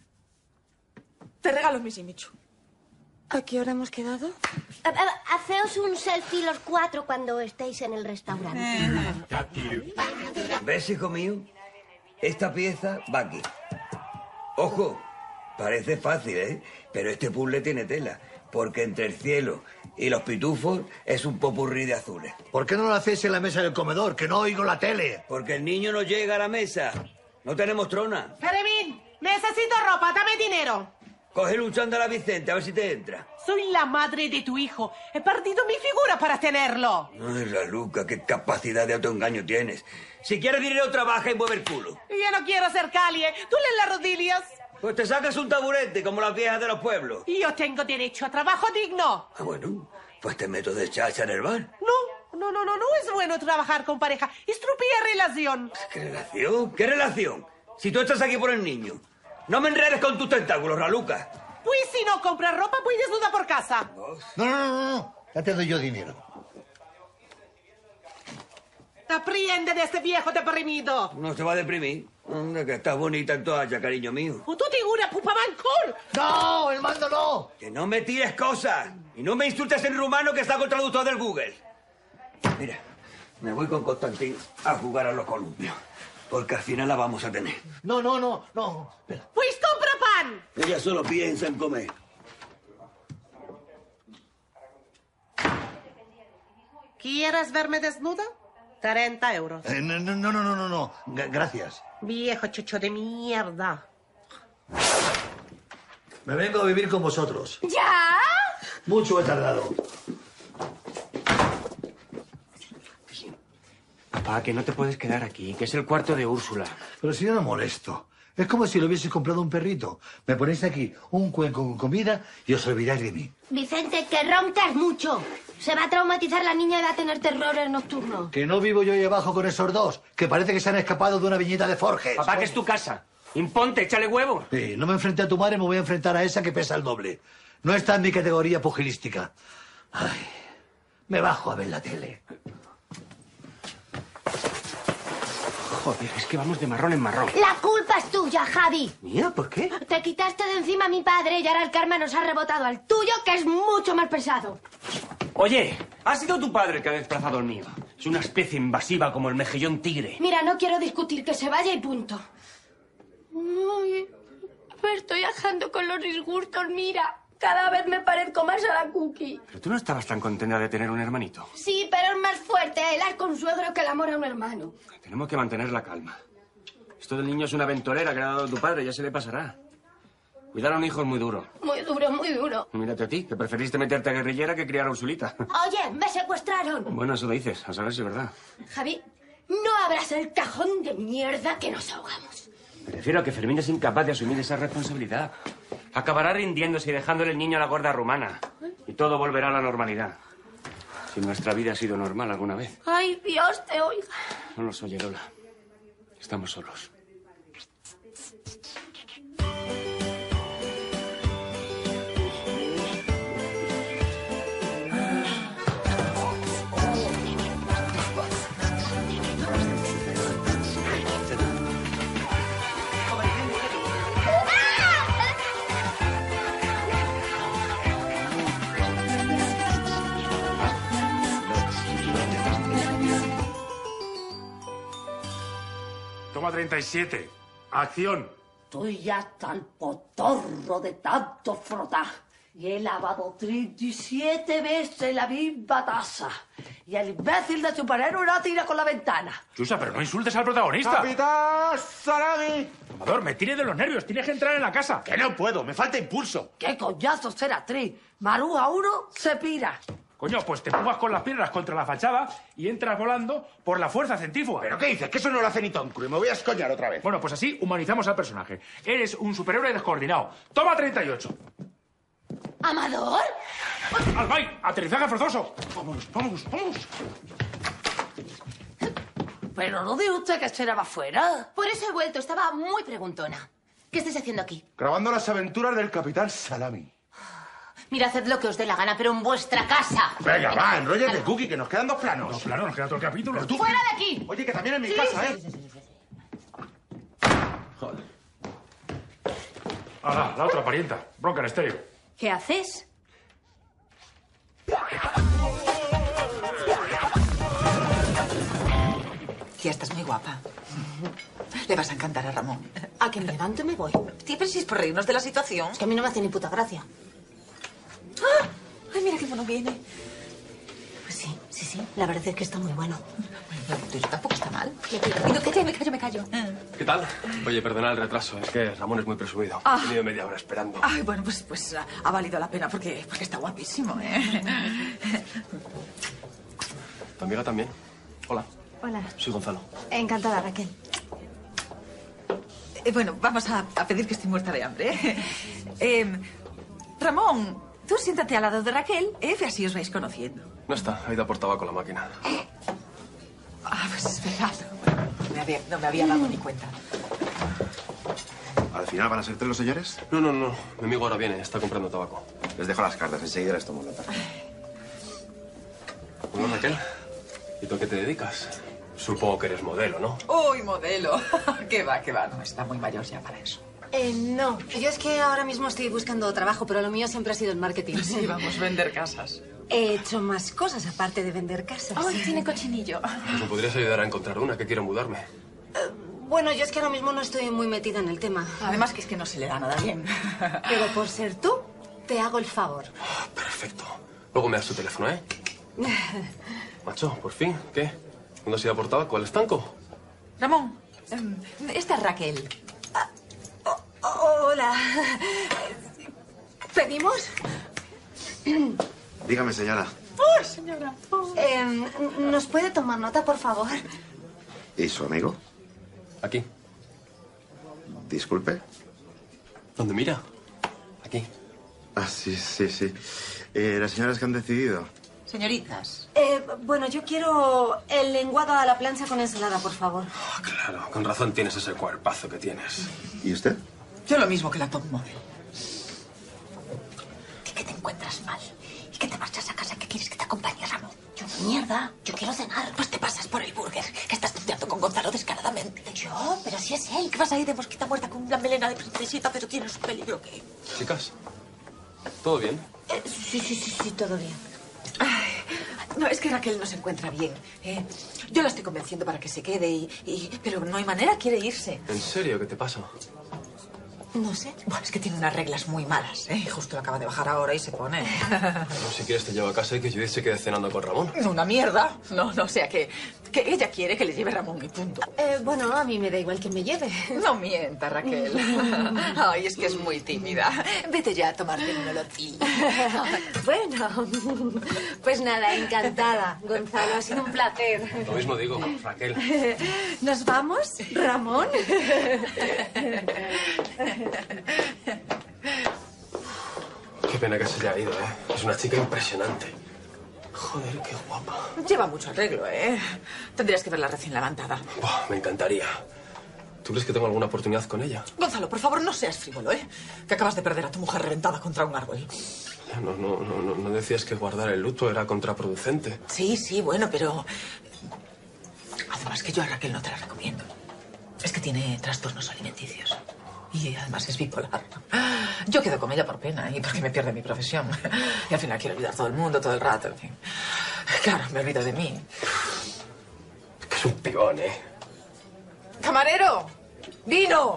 te regalo mi Simichu. ¿A qué hora hemos quedado? Haceos un selfie los 4 cuando estéis en el restaurante. ¿Ves, hijo mío? Esta pieza va aquí. Ojo, parece fácil, ¿eh? Pero este puzzle tiene tela. Porque entre el cielo y los pitufos es un popurrí de azules. ¿Por qué no lo hacéis en la mesa del comedor? Que no oigo la tele. Porque el niño no llega a la mesa. No tenemos trona. Fermín, necesito ropa, dame dinero. Coge un chándal a Vicente, a ver si te entra. Soy la madre de tu hijo. He perdido mi figura para tenerlo. Ay, Raluca, qué capacidad de autoengaño tienes. Si quieres dinero, trabaja y mueve el culo. Yo no quiero ser calie. Tú le las rodillas. Pues te sacas un taburete, como las viejas de los pueblos. Yo tengo derecho a trabajo digno. Ah, bueno, pues te meto de chacha en el bar. No es bueno trabajar con pareja. Estropea relación. ¿Qué relación? ¿Qué relación? Si tú estás aquí por el niño. No me enredes con tus tentáculos, Raluca. Pues si no compras ropa, pues desnuda por casa. No. Ya te doy yo dinero. Aprende de este viejo deprimido. No se va a deprimir. Anda, que estás bonita en toalla, cariño mío. Tú tienes una pupa mancor. No, el mando no. Que no me tires cosas. Y no me insultes en rumano, que está con traductor del Google. Mira, me voy con Constantín a jugar a los columpios. Porque al final la vamos a tener. No. Espera. Pues compra pan. Ella solo piensa en comer. ¿Quieres verme desnuda? 30 euros. No. Gracias. Viejo chucho de mierda. Me vengo a vivir con vosotros. ¿Ya? Mucho he tardado. Papá, que no te puedes quedar aquí, que es el cuarto de Úrsula. Pero si yo no molesto. Es como si lo hubieses comprado un perrito. Me ponéis aquí un cuenco con comida y os olvidáis de mí. Vicente, que roncas mucho. Se va a traumatizar la niña y va a tener terrores nocturnos. Que no vivo yo ahí abajo con esos dos, que parece que se han escapado de una viñeta de Forges. Papá, que es tu casa. Imponte, échale huevo. Sí, no me enfrenté a tu madre, me voy a enfrentar a esa que pesa el doble. No está en mi categoría pugilística. Ay, me bajo a ver la tele. Joder, es que vamos de marrón en marrón. La culpa es tuya, Javi. ¿Mía? ¿Por qué? Te quitaste de encima a mi padre y ahora el karma nos ha rebotado al tuyo, que es mucho más pesado. Oye, ha sido tu padre el que ha desplazado el mío. Es una especie invasiva como el mejillón tigre. Mira, no quiero discutir, que se vaya y punto. Ay, me estoy ajando con los disgustos, mira. Cada vez me parezco más a la Cookie. Pero tú no estabas tan contenta de tener un hermanito. Sí, pero es más fuerte el ar consuegro que el amor a un hermano. Tenemos que mantener la calma. Esto del niño es una aventurera que le ha dado tu padre, ya se le pasará. Cuidar a un hijo es muy duro. Muy duro, muy duro. Mírate a ti, que preferiste meterte a guerrillera que criar a Ursulita. Oye, me secuestraron. Bueno, eso dices, a saber si es verdad. Javi, no abras el cajón de mierda que nos ahogamos. Me refiero a que Fermín es incapaz de asumir esa responsabilidad. Acabará rindiéndose y dejándole el niño a la gorda rumana. Y todo volverá a la normalidad. Si nuestra vida ha sido normal alguna vez. Ay, Dios te oiga. No nos oye, Lola. Estamos solos. Toma 37. Acción. Estoy ya hasta el potorro de tanto frotar. Y he lavado 37 veces la misma taza. Y el imbécil de superhéroe la tira con la ventana. Chusa, pero no insultes al protagonista. ¡Capitán Salami! Amador, me tires de los nervios. Tienes que entrar en la casa. Que no puedo, me falta impulso. ¡Qué coñazo ser actriz! Maruja uno, se pira. Coño, pues te empujas con las piedras contra la fachada y entras volando por la fuerza centrífuga. ¿Pero qué dices? Que eso no lo hace ni Tom Cruise. Me voy a escoñar otra vez. Bueno, pues así humanizamos al personaje. Eres un superhéroe descoordinado. Toma 38. ¿Amador? ¡Albay! ¡Aterrizaje forzoso! ¡Vámonos, vámonos, vámonos! Pero no dijo usted que esperaba afuera. Por eso he vuelto. Estaba muy preguntona. ¿Qué estáis haciendo aquí? Grabando las aventuras del Capitán Salami. Mira, haced lo que os dé la gana, pero en vuestra casa. Venga, va, enróllate, Cookie, que nos quedan 2 planos. 2 planos, nos queda todo el capítulo. Pero tú... ¡Fuera de aquí! Oye, que también en mi casa, ¿eh? Sí. Joder. Ahora, la otra parienta. Bronca en estéreo. ¿Qué haces? Tía, estás muy guapa. Le vas a encantar a Ramón. A que me levanto y me voy. Tía, pero si es por reírnos de la situación. Es que a mí no me hace ni puta gracia. ¡Ah! Ay, mira qué bueno viene. Pues sí. La verdad es que está muy bueno. Pero tampoco está mal. Me callo. ¿Qué tal? Oye, perdona el retraso. Es que Ramón es muy presumido. Ah. He tenido media hora esperando. Ay, bueno, pues ha valido la pena porque está guapísimo, ¿eh? ¿Tu amiga también? Hola. Hola. Soy Gonzalo. Encantada, Raquel. Bueno, vamos a pedir que estoy muerta de hambre. Ramón, tú siéntate al lado de Raquel, así os vais conociendo. No está. Ha ido a por tabaco la máquina. Ah, pues es verdad. No me había dado ni cuenta. ¿Al final van a ser 3 los señores? No. Mi amigo ahora viene. Está comprando tabaco. Les dejo las cartas. Enseguida les tomo nota. Bueno, Raquel, ¿y tú a qué te dedicas? Supongo que eres modelo, ¿no? ¡Uy, modelo! ¿Qué va? No, está muy mayor ya para eso. No, yo es que ahora mismo estoy buscando trabajo, pero lo mío siempre ha sido el marketing. Sí, vamos, vender casas. He hecho más cosas aparte de vender casas. ¡Ay, tiene cochinillo! Pues me podrías ayudar a encontrar una, que quiero mudarme. Bueno, yo es que ahora mismo no estoy muy metida en el tema. Además que es que no se le da nada bien. Pero por ser tú, te hago el favor. Perfecto. Luego me das tu teléfono, ¿eh? Macho, por fin, ¿qué? ¿Cuándo has ido a por tabaco al estanco? Ramón, esta es Raquel. Hola. ¿Pedimos? Dígame, señora. ¡Ay, señora! ¿Nos puede tomar nota, por favor? ¿Y su amigo? Aquí. Disculpe. ¿Dónde mira? Aquí. Ah, sí. Las señoras que han decidido. Señoritas. Bueno, yo quiero el lenguado a la plancha con ensalada, por favor. Oh, claro, con razón tienes ese cuerpazo que tienes. ¿Y usted? Yo lo mismo que la top model. ¿Qué te encuentras mal? ¿Y que te marchas a casa? ¿Qué quieres que te acompañe, Ramón? Mierda, yo quiero cenar. Pues te pasas por el burger, que estás tonteando con Gonzalo descaradamente. si es él, que vas ahí de mosquita muerta con una melena de princesita, pero tienes un peligro que... Chicas, ¿todo bien? Sí, todo bien. Ay, no, es que Raquel no se encuentra bien. Yo la estoy convenciendo para que se quede pero no hay manera, quiere irse. ¿En serio? ¿Qué te pasa? No sé. Bueno, es que tiene unas reglas muy malas, ¿eh? Justo la acaba de bajar ahora y se pone... No, si quieres te llevo a casa y que Judith se quede cenando con Ramón. Una mierda. No, o sea, que ella quiere que le lleve Ramón y punto. Bueno, a mí me da igual que me lleve. No mienta, Raquel. Ay, es que es muy tímida. Vete ya a tomarte un olotí. Bueno, pues nada, encantada, Gonzalo. Ha sido un placer. Lo mismo digo, Raquel. ¿Nos vamos, Ramón? Qué pena que se haya ido, ¿eh? Es una chica impresionante. Joder, qué guapa. Lleva mucho arreglo, ¿eh? Tendrías que verla recién levantada. Buah, me encantaría. ¿Tú crees que tengo alguna oportunidad con ella? Gonzalo, por favor, no seas frívolo, ¿eh? Que acabas de perder a tu mujer reventada contra un árbol. No decías que guardar el luto era contraproducente. Sí, bueno, pero... Además que yo a Raquel no te la recomiendo. Es que tiene trastornos alimenticios. Y además es bipolar. Yo quedo con ella por pena y porque me pierde mi profesión. Y al final quiero olvidar todo el mundo, todo el rato, en fin. Claro, me olvido de mí. Es que es un pibón, ¿eh? ¡Camarero! ¡Vino!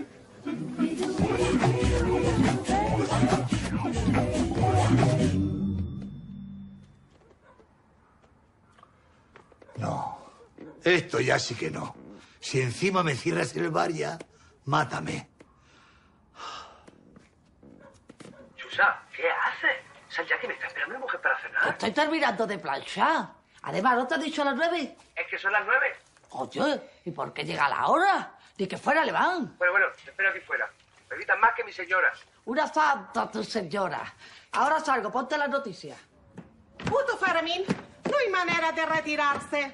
No, esto ya sí que no. Si encima me cierras el bar ya, mátame. Chusa, ¿qué haces? Sal ya que me está esperando mi mujer para cenar. Estoy terminando de planchar. Además, ¿no te has dicho a las 9? Es que son las 9. Oye, ¿y por qué llega la hora? Ni que fuera alemán. Bueno, te espero aquí fuera. Me evitan más que mi señora. Una santa tu señora. Ahora salgo, ponte las noticias. Puto Fermín, no hay manera de retirarse.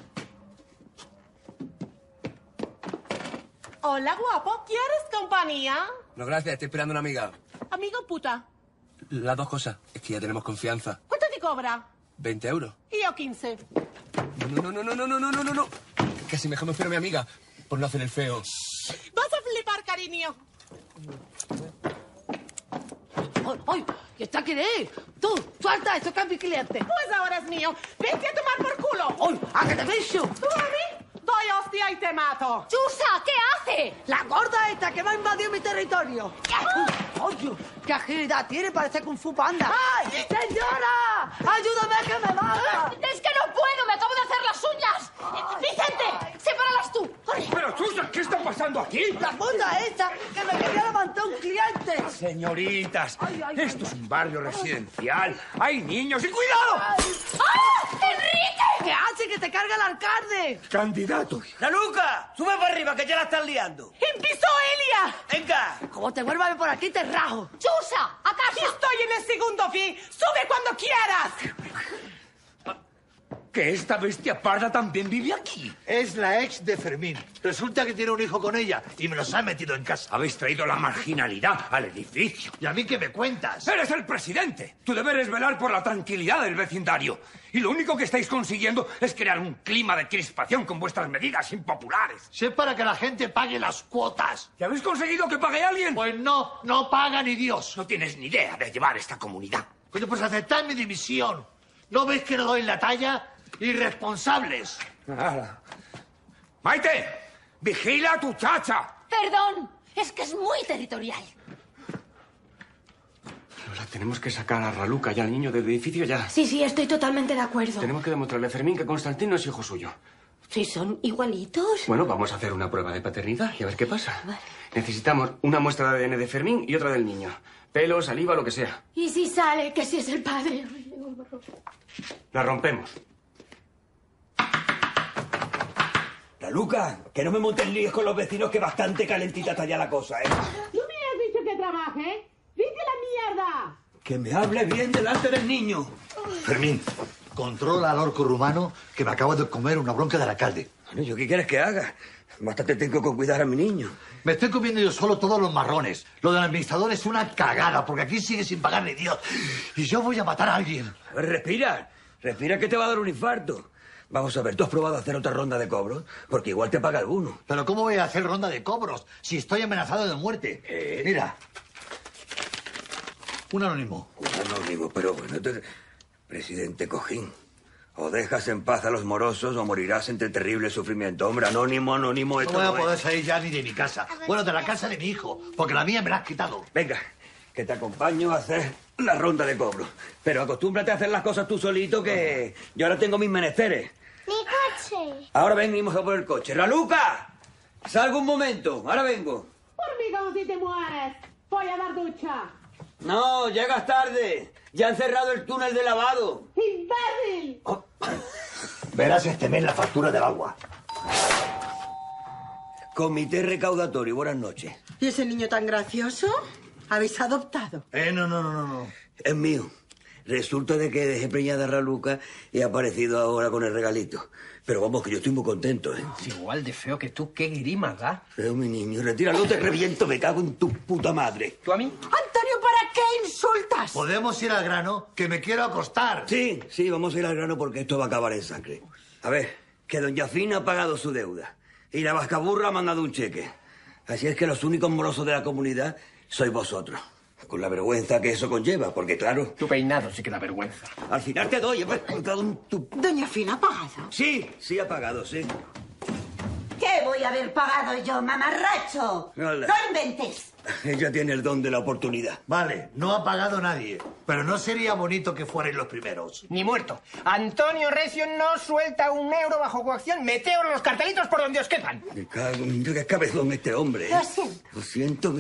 Hola, guapo. ¿Quieres compañía? No, gracias. Estoy esperando a una amiga. Amigo puta. Las dos cosas. Es que ya tenemos confianza. ¿Cuánto te cobra? 20 euros. Y yo 15. No. Casi mejor me espero a mi amiga por no hacer el feo. Vas a flipar, cariño. ¡Ay! ¿Y está quién es? Tú, suelta eso, que es mi cliente. Pues ahora es mío. Vete a tomar por culo. ¡Ay! ¡A que te beso! ¿Tú a mí? Doy hostia y te mato. ¡Chusa! ¿Qué hace? ¡La gorda esta que va a invadir mi territorio! ¡Oye! ¡Qué agilidad tiene! Parece Kung Fu Panda. ¡Ay! ¡Señora! ¡Ayúdame que me mata! ¡Es que no puedo! ¡Me acabo de hacer las uñas! ¡Vicente! ¡Sepáralas tú! ¡Corre! Pero, Chusa, ¿qué está pasando aquí? ¡La puta esta que me quería levantar un cliente! Señoritas, esto es un barrio residencial. Hay niños y ¡cuidado! ¡Ah! ¡Enrique! ¿Qué hace que te carga el alcalde? ¡Candidato! ¡La Luca! ¡Sube para arriba, que ya la están liando! ¡Empezó Elia! ¡Venga! Como te vuelva a ver por aquí, te rajo. ¡Chusa! ¡A casa! Estoy en el segundo pie. ¡Sube cuando quieras! ¿Que esta bestia parda también vive aquí? Es la ex de Fermín. Resulta que tiene un hijo con ella y me los ha metido en casa. Habéis traído la marginalidad al edificio. ¿Y a mí qué me cuentas? ¡Eres el presidente! Tu deber es velar por la tranquilidad del vecindario. Y lo único que estáis consiguiendo es crear un clima de crispación con vuestras medidas impopulares. Si es para que la gente pague las cuotas. ¿Y habéis conseguido que pague alguien? Pues no paga ni Dios. No tienes ni idea de llevar esta comunidad. Coño, pues aceptad mi dimisión. ¿No veis que no doy la talla? ¡Irresponsables! ¡Maite! ¡Vigila a tu chacha! Perdón, es que es muy territorial. Lola, tenemos que sacar a Raluca y al niño del edificio ya. Sí, estoy totalmente de acuerdo. Tenemos que demostrarle a Fermín que Constantino es hijo suyo. ¿Sí son igualitos? Bueno, vamos a hacer una prueba de paternidad y a ver qué pasa. Vale. Necesitamos una muestra de ADN de Fermín y otra del niño. Pelo, saliva, lo que sea. ¿Y si sale que sí es el padre? La rompemos. La Luca, que no me monten líos con los vecinos, que bastante calentita está ya la cosa, ¿eh? ¿No me has dicho que trabaje? ¡Dice la mierda! Que me hable bien delante del niño. Fermín, controla al orco rumano que me acabo de comer una bronca del alcalde. Bueno, ¿yo qué quieres que haga? Bastante tengo que cuidar a mi niño. Me estoy comiendo yo solo todos los marrones. Lo del administrador es una cagada, porque aquí sigue sin pagar ni Dios. Y yo voy a matar a alguien. A ver, respira que te va a dar un infarto. Vamos a ver, ¿tú has probado hacer otra ronda de cobros? Porque igual te paga alguno. Pero ¿cómo voy a hacer ronda de cobros si estoy amenazado de muerte? Mira. Un anónimo. Un anónimo, pero bueno, entonces... Presidente Cojín, o dejas en paz a los morosos o morirás entre terrible sufrimiento. Hombre, anónimo, No esto voy a no es. poder salir ya ni de mi casa. Bueno, de la casa de mi hijo, porque la mía me la has quitado. Venga, que te acompaño a hacer la ronda de cobros. Pero acostúmbrate a hacer las cosas tú solito, que yo ahora tengo mis menesteres. ¡Mi coche! Ahora venimos a por el coche. ¡Raluca! Salgo un momento, ahora vengo. Hormigón, si te mueres. Voy a dar ducha. No, llegas tarde. Ya han cerrado el túnel de lavado. ¡Imbécil! Verás este mes la factura del agua. Comité recaudatorio, buenas noches. ¿Y ese niño tan gracioso? ¿Habéis adoptado? No. Es mío. Resulta de que dejé preñada a Raluca y ha aparecido ahora con el regalito. Pero vamos, que yo estoy muy contento, ¿eh? Es igual de feo que tú, qué grima da. Feo, mi niño. Retíralo, te reviento, me cago en tu puta madre. ¿Tú a mí? Antonio, ¿para qué insultas? ¿Podemos ir al grano? Que me quiero acostar. Sí, vamos a ir al grano porque esto va a acabar en sangre. A ver, que doña Fina ha pagado su deuda y la vascaburra ha mandado un cheque. Así es que los únicos morosos de la comunidad sois vosotros. Con la vergüenza que eso conlleva, porque claro... Tu peinado sí que da vergüenza. Al final te doy, ¿Doña Fina ha pagado? Sí ha pagado, sí. ¿Qué voy a haber pagado yo, mamarracho? Hola. ¡No inventes! Ella tiene el don de la oportunidad. Vale, no ha pagado nadie. Pero no sería bonito que fuerais los primeros. Ni muerto. Antonio Recio no suelta un euro bajo coacción. Meteos los cartelitos por donde os quepan. Me cago en... Qué cabezón este hombre, ¿eh? Lo siento. Lo siento,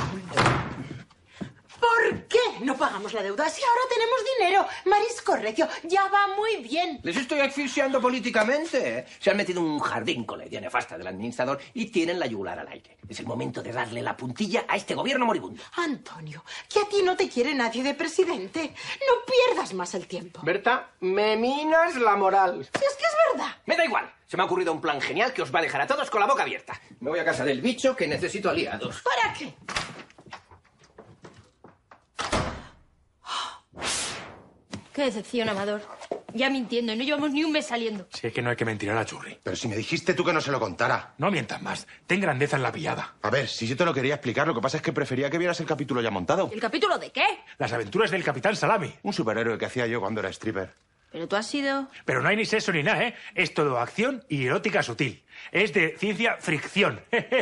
¿Por qué no pagamos la deuda si ahora tenemos dinero? Marisco Recio, ya va muy bien. Les estoy asfixiando políticamente. Se han metido en un jardín con la idea nefasta del administrador y tienen la yugular al aire. Es el momento de darle la puntilla a este gobierno moribundo. Antonio, que a ti no te quiere nadie de presidente. No pierdas más el tiempo. Berta, me minas la moral. Si es que es verdad. Me da igual. Se me ha ocurrido un plan genial que os va a dejar a todos con la boca abierta. Me voy a casa del bicho que necesito aliados. ¿Para qué? Qué decepción, Amador. Ya mintiendo, y no llevamos ni un mes saliendo. Si es que no hay que mentir a la churri. Pero si me dijiste tú que no se lo contara. No mientas más. Ten grandeza en la pillada. A ver, si yo te lo quería explicar, lo que pasa es que prefería que vieras el capítulo ya montado. ¿El capítulo de qué? Las aventuras del Capitán Salami. Un superhéroe que hacía yo cuando era stripper. Pero tú has sido... Pero no hay ni sexo ni nada, ¿eh? Es todo acción y erótica sutil. Es de ciencia fricción.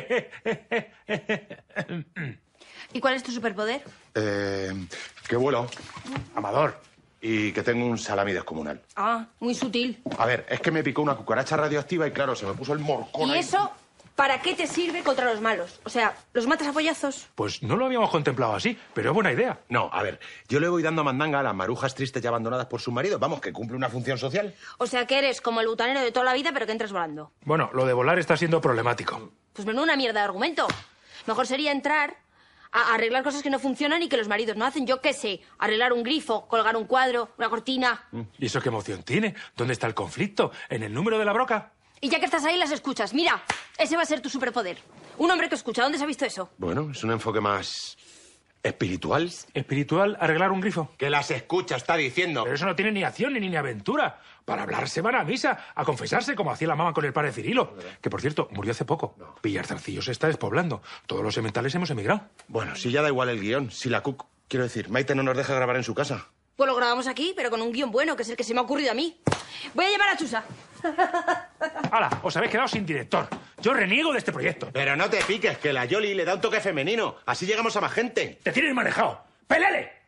¿Y cuál es tu superpoder? Que vuelo. Amador. Y que tengo un salami descomunal. Ah, muy sutil. A ver, es que me picó una cucaracha radioactiva y claro, se me puso el morcón ¿Y ahí. eso para qué te sirve contra los malos? O sea, ¿los matas a pollazos? Pues no lo habíamos contemplado así, pero es buena idea. No, a ver, yo le voy dando mandanga a las marujas tristes y abandonadas por sus maridos. Vamos, que cumple una función social. O sea, que eres como el butanero de toda la vida, pero que entras volando. Bueno, lo de volar está siendo problemático. Pues menuda una mierda de argumento. Mejor sería entrar a arreglar cosas que no funcionan y que los maridos no hacen. Yo qué sé, arreglar un grifo, colgar un cuadro, una cortina. ¿Y eso qué emoción tiene? ¿Dónde está el conflicto? ¿En el número de la broca? Y ya que estás ahí, las escuchas. Mira, ese va a ser tu superpoder. Un hombre que escucha. ¿Dónde se ha visto eso? Bueno, es un enfoque más espiritual. ¿Espiritual arreglar un grifo? Que las escucha, está diciendo. Pero eso no tiene ni acción ni aventura. Para hablar se van a misa, a confesarse como hacía la mamá con el padre Cirilo. Que, por cierto, murió hace poco. Villarzarcillo se está despoblando. Todos los sementales hemos emigrado. Bueno, si ya da igual el guión. Si la Cook, quiero decir, Maite no nos deja grabar en su casa. Pues lo grabamos aquí, pero con un guión bueno, que es el que se me ha ocurrido a mí. Voy a llamar a Chusa. ¡Hala! Os habéis quedado sin director. Yo reniego de este proyecto. Pero no te piques, que la Yoli le da un toque femenino. Así llegamos a más gente. ¡Te tienes manejado! ¡Pelele!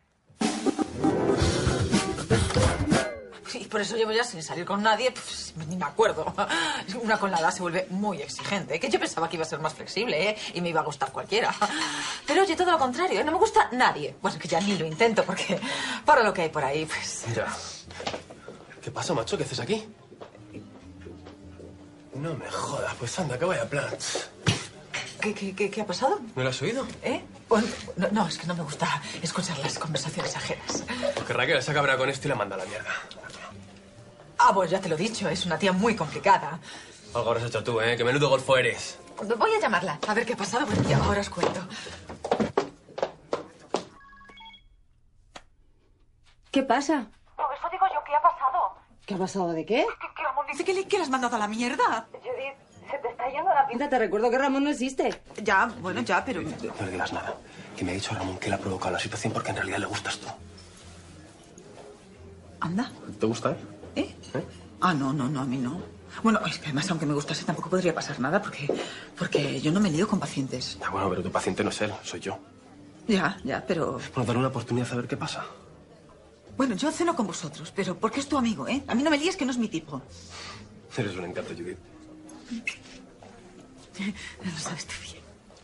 Y por eso llevo ya sin salir con nadie, pues ni me acuerdo. Una con la edad se vuelve muy exigente, que yo pensaba que iba a ser más flexible, ¿eh? Y me iba a gustar cualquiera. Pero oye, todo lo contrario, ¿eh? No me gusta nadie. Bueno, que ya ni lo intento, porque para lo que hay por ahí, pues... Mira, ¿qué pasa, macho? ¿Qué haces aquí? No me jodas, pues anda, que vaya plan. ¿Qué ha pasado? ¿No lo has oído? ¿Eh? No, es que no me gusta escuchar las conversaciones ajenas. Porque Raquel se ha cabreado con esto y la manda a la mierda. Ah, pues ya te lo he dicho, es una tía muy complicada. Algo habrás hecho tú, ¿eh? Que menudo golfo eres. Voy a llamarla, a ver qué ha pasado, porque ahora os cuento. ¿Qué pasa? No, eso digo yo, ¿qué ha pasado? ¿Qué ha pasado de qué? Que la Dice que la has mandado a la mierda. Judith, se te está yendo la pinta. Te recuerdo que Ramón no existe. Ya, bueno, ya, pero... No le digas nada. Que me ha dicho Ramón que él ha provocado la situación porque en realidad le gustas tú. Anda. ¿Te gusta, ¿Eh? Ah, no, a mí no. Bueno, es que además, aunque me gustase, tampoco podría pasar nada porque yo no me lío con pacientes. Ah, bueno, pero tu paciente no es él, soy yo. Ya, pero... Bueno, darle una oportunidad a ver qué pasa. Bueno, yo ceno con vosotros, pero porque es tu amigo, ¿eh? A mí no me líes que no es mi tipo. Eres un encanto, Judith. No sabes tú bien.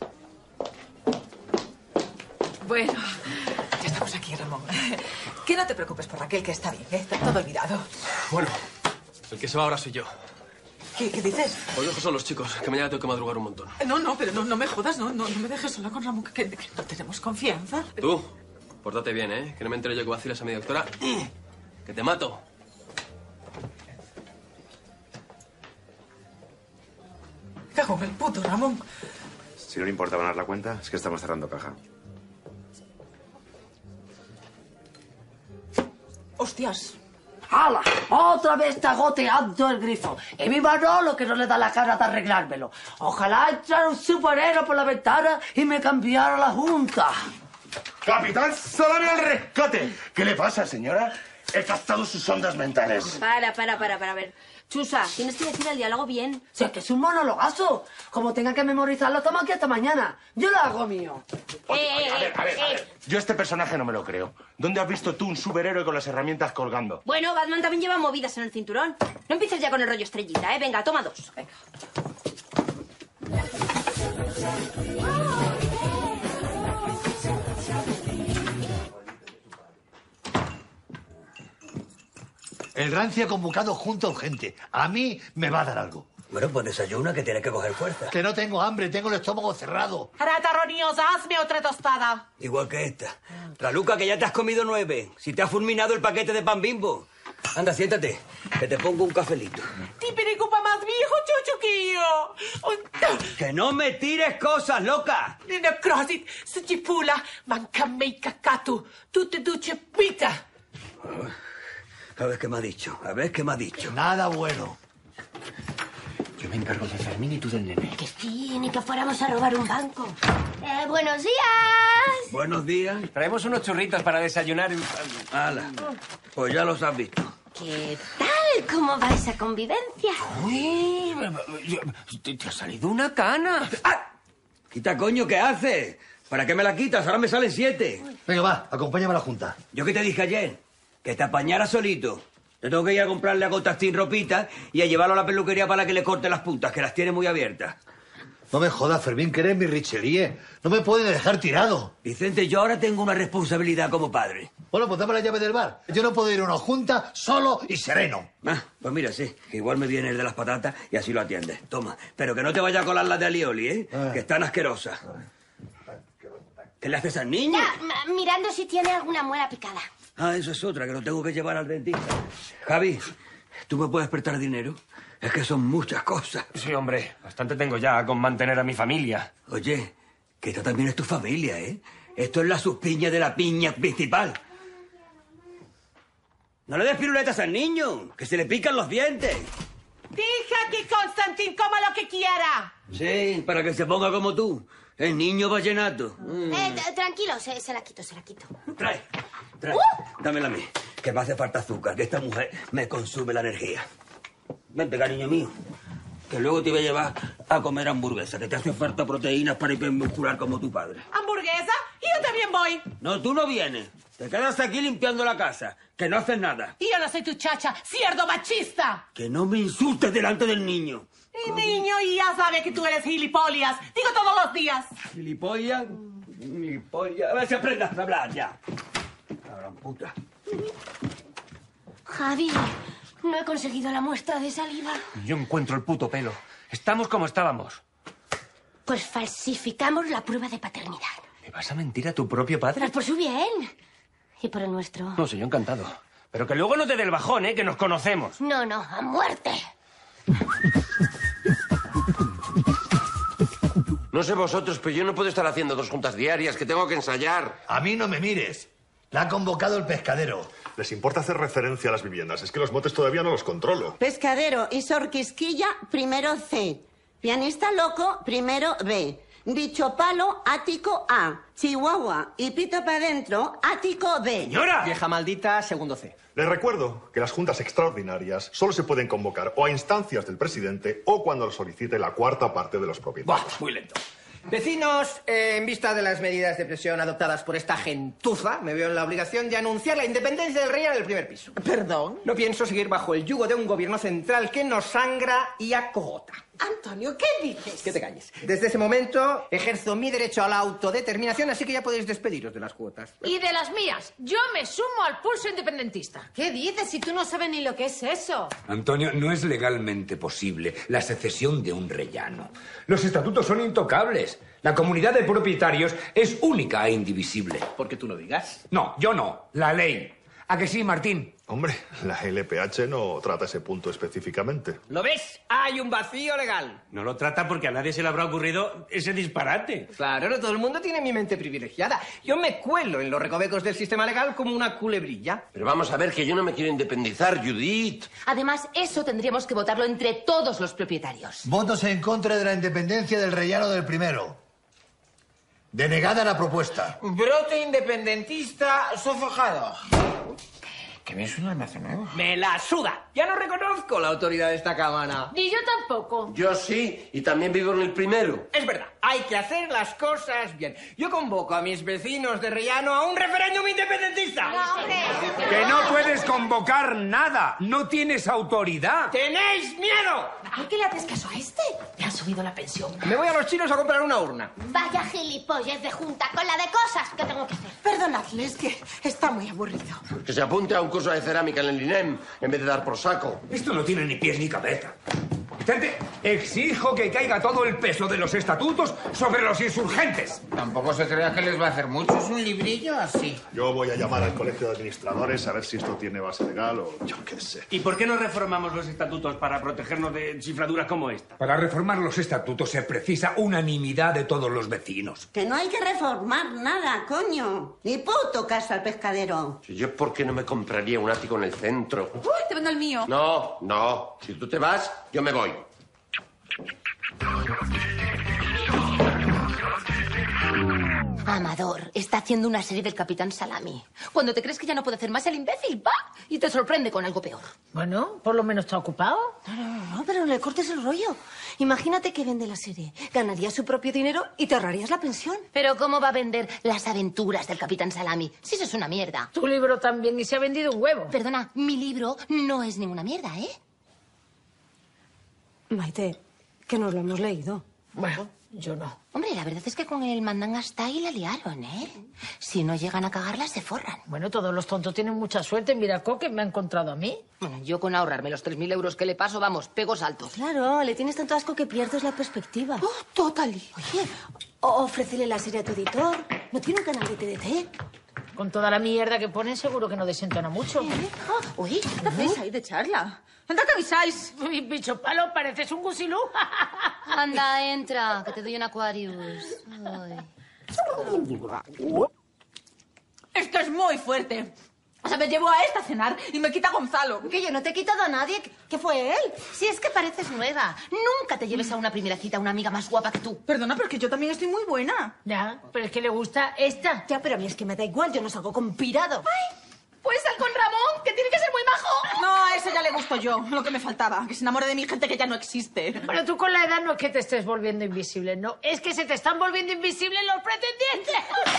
Bueno, ya estamos aquí, Ramón. Que no te preocupes por Raquel, que está bien, ¿eh? Está todo olvidado. Bueno, el que se va ahora soy yo. ¿Qué dices? Os dejo son los chicos, que mañana tengo que madrugar un montón. No, pero no me jodas, no me dejes sola con Ramón, que no tenemos confianza. Tú, pórtate bien, ¿eh? Que no me entere yo que vacilas a mi doctora. ¡Que te mato! Cago en el puto, Ramón. Si no le importa ganar la cuenta, es que estamos cerrando caja. Hostias. ¡Hala! Otra vez está goteando el grifo. Y mi Manolo que no le da la cara de arreglármelo. Ojalá entrara un superhéroe por la ventana y me cambiara la junta. ¡Capitán Salame al rescate! ¿Qué le pasa, señora? He captado sus ondas mentales. Para, a ver. Chusa, tienes que decir el diálogo bien. Si es que es un monologazo. Como tenga que memorizarlo, estamos aquí hasta mañana. Yo lo hago mío. Oye, a ver. Yo este personaje no me lo creo. ¿Dónde has visto tú un superhéroe con las herramientas colgando? Bueno, Batman también lleva movidas en el cinturón. No empieces ya con el rollo estrellita, ¿eh? Venga, toma 2. Venga. El rancio ha convocado junta urgente. A mí me va a dar algo. Bueno, pues desayuna, que tienes que coger fuerza. Que no tengo hambre, tengo el estómago cerrado. Rataroniosa, hazme otra tostada. Igual que esta. Raluca, que ya te has comido 9. Si te ha fulminado el paquete de pan Bimbo. Anda, siéntate, que te pongo un cafelito. Ti preocupa más viejo, chuchuquillo. ¡Que no me tires cosas, loca! Nina Crosit, suchipula, mancamei cacatu, tu te duche pita. A ver qué me ha dicho, Nada bueno. Yo me encargo de Fermín y tú del nene. Que sí, ni que fuéramos a robar un banco. ¡Buenos días! Buenos días. Traemos unos churritos para desayunar. Hala, pues ya los has visto. ¿Qué tal? ¿Cómo va esa convivencia? Uy, te ha salido una cana. ¡Ah! Quita, coño, ¿qué haces? ¿Para qué me la quitas? Ahora me salen 7. Venga, va, acompáñame a la junta. ¿Yo qué te dije ayer? Que te apañara solito. Te tengo que ir a comprarle a Gotastín ropita y a llevarlo a la peluquería para que le corte las puntas, que las tiene muy abiertas. No me jodas, Fermín, que eres mi Richelieu. No me puedes dejar tirado. Vicente, yo ahora tengo una responsabilidad como padre. Bueno, pues dame la llave del bar. Yo no puedo ir a una junta solo y sereno. Ah, pues mira, sí. Igual me viene el de las patatas y así lo atiendes. Toma. Pero que no te vaya a colar las de alioli, ¿eh? Que están asquerosas. ¿Qué le haces al niño? Ya, mirando si tiene alguna muela picada. Ah, eso es otra, que lo tengo que llevar al dentista. Javi, ¿tú me puedes prestar dinero? Es que son muchas cosas. Sí, hombre, bastante tengo ya con mantener a mi familia. Oye, que esta también es tu familia, ¿eh? Esto es la suspiña de la piña principal. No le des piruletas al niño, que se le pican los dientes. Deja que Constantín coma lo que quiera. Sí, para que se ponga como tú, el niño vallenato. Tranquilo, se la quito. Trae. Dámela a mí, que me hace falta azúcar, que esta mujer me consume la energía. Vente, cariño mío, que luego te voy a llevar a comer hamburguesa, que te hace falta proteínas para hipermuscular como tu padre. ¿Hamburguesa? Y yo también voy. No, tú no vienes. Te quedas aquí limpiando la casa, que no haces nada. Y yo no soy tu chacha, cerdo machista. Que no me insultes delante del niño. Y niño, y ya sabe que tú eres gilipollas. Digo todos los días. ¿Gilipollas? A ver si aprendas a hablar ya. Cabrón puta. Javi, no he conseguido la muestra de saliva. Yo encuentro el puto pelo. Estamos como estábamos. Pues falsificamos la prueba de paternidad. ¿Le vas a mentir a tu propio padre? Pero por su bien. Y por el nuestro. No sé, yo encantado. Pero que luego no te dé el bajón, ¿eh? Que nos conocemos. No, a muerte. No sé vosotros, pero yo no puedo estar haciendo 2 juntas diarias, que tengo que ensayar. A mí no me mires. La ha convocado el pescadero. les importa hacer referencia a las viviendas. Es que los motes todavía no los controlo. Pescadero y Sor Quisquilla, primero C. Pianista loco, primero B. Dicho palo, ático A. Chihuahua y pito para adentro, ático B. ¡Señora! Vieja maldita, segundo C. Les recuerdo que las juntas extraordinarias solo se pueden convocar o a instancias del presidente o cuando lo solicite la cuarta parte de los propietarios. Buah, muy lento. Vecinos, en vista de las medidas de presión adoptadas por esta gentuza, me veo en la obligación de anunciar la independencia del rey en el primer piso. ¿Perdón? No pienso seguir bajo el yugo de un gobierno central que nos sangra y acogota. Antonio, ¿qué dices? Que te calles. Desde ese momento ejerzo mi derecho a la autodeterminación, así que ya podéis despediros de las cuotas. Y de las mías. Yo me sumo al pulso independentista. ¿Qué dices si tú no sabes ni lo que es eso? Antonio, no es legalmente posible la secesión de un rellano. Los estatutos son intocables. La comunidad de propietarios es única e indivisible. ¿Por qué tú lo digas? No, yo no. La ley. ¿A que sí, Martín? Hombre, la LPH no trata ese punto específicamente. ¿Lo ves? Hay un vacío legal. No lo trata porque a nadie se le habrá ocurrido ese disparate. Claro, no todo el mundo tiene mi mente privilegiada. Yo me cuelo en los recovecos del sistema legal como una culebrilla. Pero vamos a ver, que yo no me quiero independizar, Judith. Además, eso tendríamos que votarlo entre todos los propietarios. Votos en contra de la independencia del rellano del primero. Denegada la propuesta. Brote independentista sofocado. Que me suena el mazo nuevo. ¡Me la suda! Ya no reconozco la autoridad de esta cámara. Ni yo tampoco. Yo sí, y también vivo en el primero. Es verdad, hay que hacer las cosas bien. Yo convoco a mis vecinos de Rellano a un referéndum independentista. ¡Que no puedes convocar nada! ¡No tienes autoridad! ¡Tenéis miedo! ¿Por qué le haces caso a este? Le han subido la pensión. Me voy a los chinos a comprar una urna. Vaya gilipollas de junta con la de cosas que tengo que hacer. Perdonadle, es que está muy aburrido. Que se apunte a un curso de cerámica en el INEM en vez de dar por saco. Esto no tiene ni pies ni cabeza. Vicente, exijo que caiga todo el peso de los estatutos sobre los insurgentes. Tampoco se crea que les va a hacer mucho. Es un librillo así. Yo voy a llamar al colegio de administradores a ver si esto tiene base legal o yo qué sé. ¿Y por qué no reformamos los estatutos para protegernos de chifladuras como esta? Para reformar los estatutos se precisa unanimidad de todos los vecinos. Que no hay que reformar nada, coño. Ni puto caso al pescadero. Si yo, ¿por qué no me compraría un ático en el centro? Uy, te vendo el mío. No, no. Si tú te vas, yo me voy. Amador, está haciendo una serie del Capitán Salami. Cuando te crees que ya no puede hacer más, el imbécil va y te sorprende con algo peor. Bueno, por lo menos está ocupado. No, pero no le cortes el rollo. Imagínate que vende la serie. Ganarías su propio dinero y te ahorrarías la pensión. Pero ¿cómo va a vender Las aventuras del Capitán Salami? Si eso es una mierda. Tu libro también y se ha vendido un huevo. Perdona, mi libro no es ninguna mierda, ¿eh? Maite, que nos lo hemos leído. Bueno, yo no. Hombre, la verdad es que con el mandanga está y la liaron, ¿eh? Si no llegan a cagarla, se forran. Bueno, todos los tontos tienen mucha suerte. Mira, Coque me ha encontrado a mí. Bueno, yo con ahorrarme los 3.000 euros que le paso, vamos, pego saltos. Claro, le tienes tanto asco que pierdes la perspectiva. Oh, totally. Oye, ofrécele la serie a tu editor. ¿No tiene un canal de TDT? Con toda la mierda que ponen, seguro que no desentona mucho. Uy, ¿qué hacéis ahí de charla? ¡Anda, que avisáis! Mi bicho palo, pareces un gusilú. Anda, entra, que te doy un Aquarius. Ay. Esto es muy fuerte. O sea, me llevo a esta a cenar y me quita Gonzalo. Que yo no te he quitado a nadie. ¿Qué fue él? Si es que pareces nueva. Nunca te lleves a una primera cita a una amiga más guapa que tú. Perdona, pero es que yo también estoy muy buena. Ya, pero es que le gusta esta. Ya, pero a mí es que me da igual, yo no salgo con pirado. ¡Ay! ¿Puedes salir con Ramón? Que tiene que ser muy majo. No, a ese ya le gusto yo. Lo que me faltaba. Que se enamore de mi gente que ya no existe. Bueno, tú con la edad no es que te estés volviendo invisible, no. Es que se te están volviendo invisibles los pretendientes.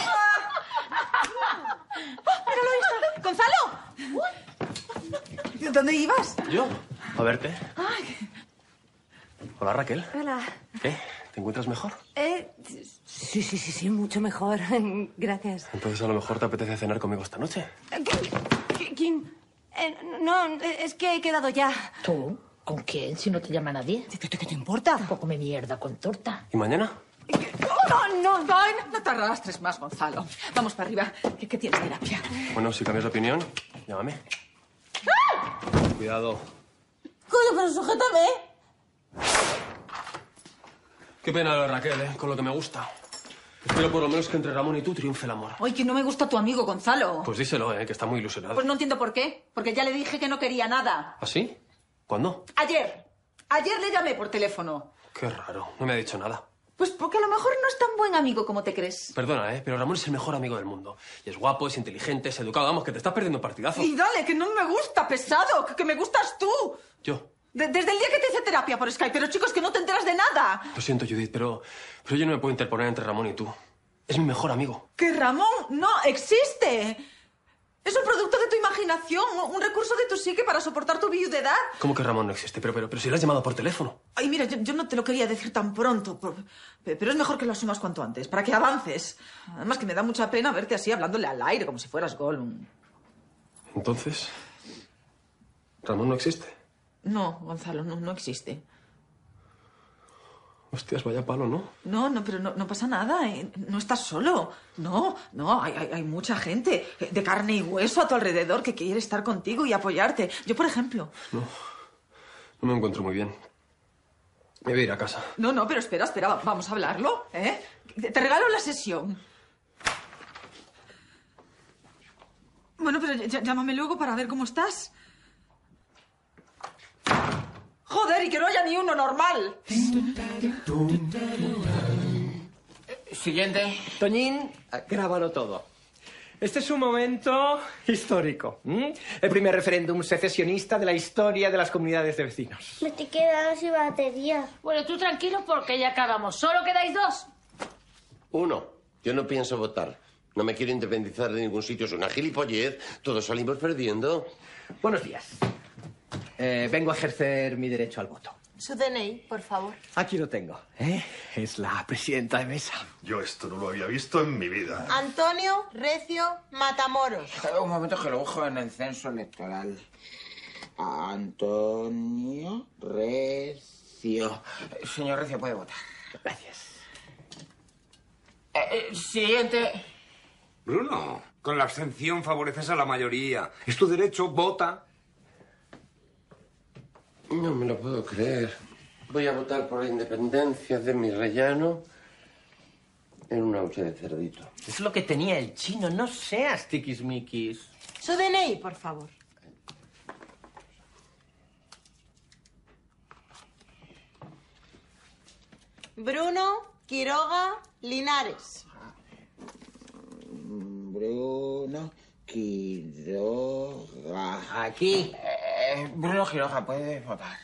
¡Míralo ahí está! ¡Gonzalo! ¿Dónde ibas? ¿Yo? A verte. Ay. Hola, Raquel. Hola. ¿Qué? ¿Te encuentras mejor? Sí, mucho mejor. Gracias. Entonces a lo mejor te apetece cenar conmigo esta noche. ¿Quién? No, es que he quedado ya. ¿Tú? ¿Con quién? Si no te llama nadie. ¿Qué te importa? Un poco me mierda con torta. ¿Y mañana? No te arrastres más, Gonzalo. Vamos para arriba, que tienes terapia. Bueno, si cambias de opinión, llámame. ¡Ah! Cuidado. Coño, pero sujétame. Qué pena lo de Raquel, ¿eh? Con lo que me gusta. Espero por lo menos que entre Ramón y tú triunfe el amor. Ay, que no me gusta tu amigo, Gonzalo. Pues díselo, que está muy ilusionado. Pues no entiendo por qué. Porque ya le dije que no quería nada. ¿Ah, sí? ¿Cuándo? Ayer. Ayer le llamé por teléfono. Qué raro, no me ha dicho nada. Pues porque a lo mejor no es tan buen amigo como te crees. Perdona, pero Ramón es el mejor amigo del mundo. Y es guapo, es inteligente, es educado. Vamos, que te estás perdiendo un partidazo. Y dale, que no me gusta, pesado, que me gustas tú. Yo. Desde el día que te hice terapia por Skype. Pero chicos, que no te enteras de nada. Lo siento, Judith, pero yo no me puedo interponer entre Ramón y tú. Es mi mejor amigo. Que Ramón no existe. Es un producto de tu imaginación, un recurso de tu psique para soportar tu viudedad. ¿Cómo que Ramón no existe? Pero si lo has llamado por teléfono. Ay, mira, yo no te lo quería decir tan pronto, pero es mejor que lo asumas cuanto antes, para que avances. Además que me da mucha pena verte así, hablándole al aire, como si fueras Gollum. Entonces, ¿Ramón no existe? No, Gonzalo, no existe. Hostias, vaya palo, ¿no? No, pero no pasa nada. No estás solo. No, hay mucha gente de carne y hueso a tu alrededor que quiere estar contigo y apoyarte. Yo, por ejemplo. No me encuentro muy bien. Me voy a ir a casa. No, pero espera, vamos a hablarlo, ¿eh? Te regalo la sesión. Bueno, pero llámame luego para ver cómo estás. Joder, y que no haya ni uno normal. Siguiente. Toñín, grábalo todo. Este es un momento histórico. El primer referéndum secesionista de la historia de las comunidades de vecinos. Me estoy quedando sin batería. Bueno, tú tranquilo porque ya acabamos. ¿Solo quedáis 2? 1. Yo no pienso votar. No me quiero independizar de ningún sitio. Es una gilipollez. Todos salimos perdiendo. Buenos días. Vengo a ejercer mi derecho al voto. Su DNI, por favor. Aquí lo tengo. Es la presidenta de mesa. Yo esto no lo había visto en mi vida. Antonio Recio Matamoros. Un momento que lo busco en el censo electoral. Antonio Recio. Señor Recio, puede votar. Gracias. Siguiente. Bruno, con la abstención favoreces a la mayoría. Es tu derecho, vota. No me lo puedo creer. Voy a votar por la independencia de mi rellano en una hucha de cerdito. Es lo que tenía el chino. No seas tiquismiquis. Su DNI, por favor. Bruno Quiroga Linares. Bruno Quiroga. Aquí. Bruno Quiroga, puede votar.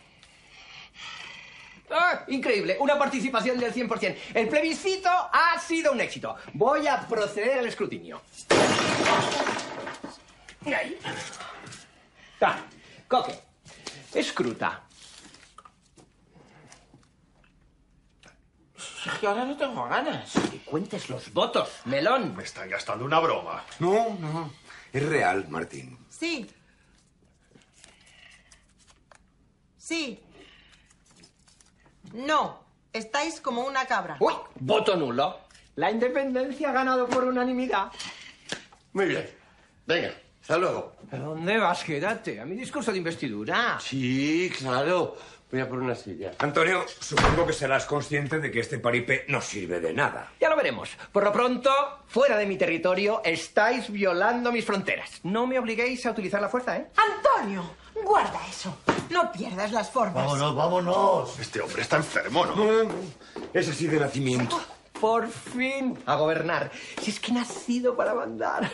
¡Ah! Increíble, una participación del 100%. El plebiscito ha sido un éxito. Voy a proceder al escrutinio. Coque, escruta. Es que ahora no tengo ganas. Que cuentes los votos, melón. Me están gastando una broma. No. Es real, Martín. Sí. Sí. No. Estáis como una cabra. ¡Uy! Voto nulo. La independencia ha ganado por unanimidad. Muy bien. Venga, hasta luego. ¿A dónde vas? Quédate. A mi discurso de investidura. Sí, claro. Voy a por una silla. Antonio, supongo que serás consciente de que este paripé no sirve de nada. Ya lo veremos. Por lo pronto, fuera de mi territorio, estáis violando mis fronteras. No me obliguéis a utilizar la fuerza, ¿eh? Antonio, guarda eso. No pierdas las formas. Vámonos. Este hombre está enfermo, ¿no? Es así de nacimiento. Por fin, a gobernar. Si es que he nacido para mandar.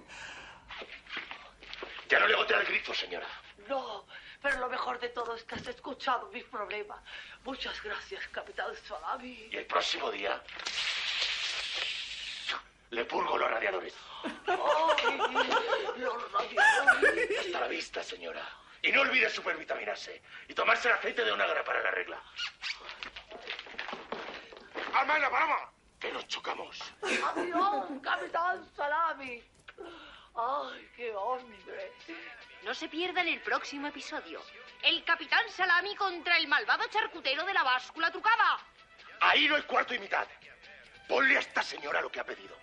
Ya no le gotea el grito, señora. No, pero lo mejor de todo es que has escuchado mis problemas. Muchas gracias, capitán Salami. Y el próximo día le purgo los radiadores. Ay, los radiadores. Hasta la vista, señora. Y no olvide supervitaminarse y tomarse el aceite de onagra para la regla. ¡Alma en la paloma! ¡Que nos chocamos! Adiós, capitán Salami. ¡Ay, qué hombre! No se pierdan el próximo episodio. El capitán Salami contra el malvado charcutero de la báscula trucada. Ahí no hay cuarto y mitad. Ponle a esta señora lo que ha pedido.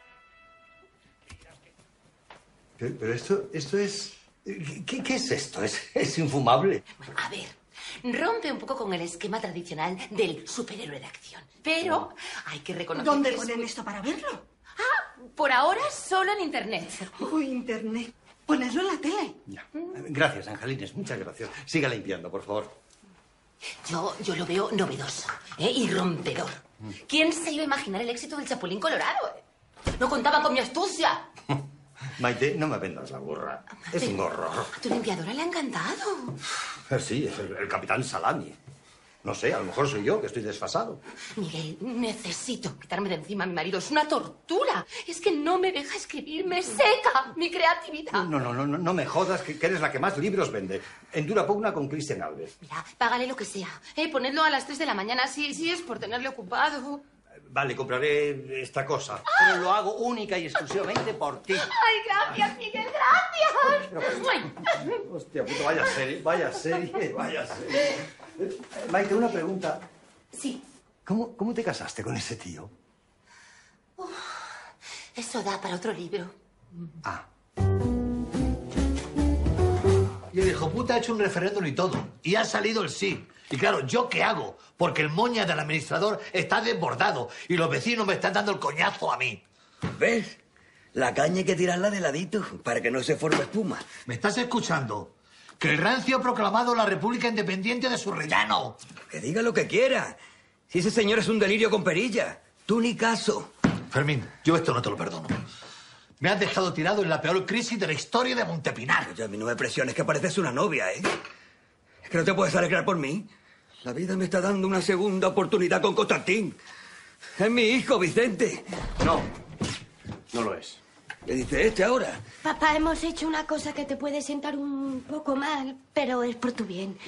Pero esto es... ¿Qué es esto? Es infumable. Bueno, a ver, Rompe un poco con el esquema tradicional del superhéroe de acción. Pero hay que reconocer ¿Dónde que ponen esto para verlo? Por ahora solo en Internet. Uy, Internet. Ponerlo en la tele. Gracias, Angelines, muchas gracias. Siga limpiando, por favor. Yo lo veo novedoso, y rompedor. ¿Quién se iba a imaginar el éxito del Chapulín Colorado? No contaba con mi astucia. Maite, no me vendas la burra. Es un horror. A tu limpiadora le ha encantado. Sí, es el Capitán Salami. No sé, a lo mejor soy yo que estoy desfasado. Miguel, necesito quitarme de encima a mi marido. Es una tortura. Es que no me deja escribir, me seca mi creatividad. No me jodas, que eres la que más libros vende. En Dura Pugna con Cristian Alves. Mira, págale lo que sea. Ponedlo a las 3 de la mañana si es por tenerle ocupado. Vale, compraré esta cosa. Pero lo hago única y exclusivamente por ti. Ay, gracias, Miguel, gracias. Hostia, puto, vaya serie. Maite, una pregunta. Sí. ¿Cómo te casaste con ese tío? Eso da para otro libro. Y el hijo puta ha hecho un referéndum y todo. Y ha salido el sí. Y claro, ¿yo qué hago? Porque el moña del administrador está desbordado y los vecinos me están dando el coñazo a mí. ¿Ves? La caña hay que tirarla de ladito para que no se forme espuma. ¿Me estás escuchando? Que el rancio ha proclamado la República Independiente de su rellano. Que diga lo que quiera. Si ese señor es un delirio con perilla. Tú ni caso. Fermín, yo esto no te lo perdono. Me has dejado tirado en la peor crisis de la historia de Montepinar. Oye, a mí no me presiones, que pareces una novia, ¿eh? Es que no te puedes alegrar por mí. La vida me está dando una segunda oportunidad con Constantín. Es mi hijo, Vicente. No lo es. ¿Qué dice este ahora? Papá, hemos hecho una cosa que te puede sentar un poco mal, pero es por tu bien.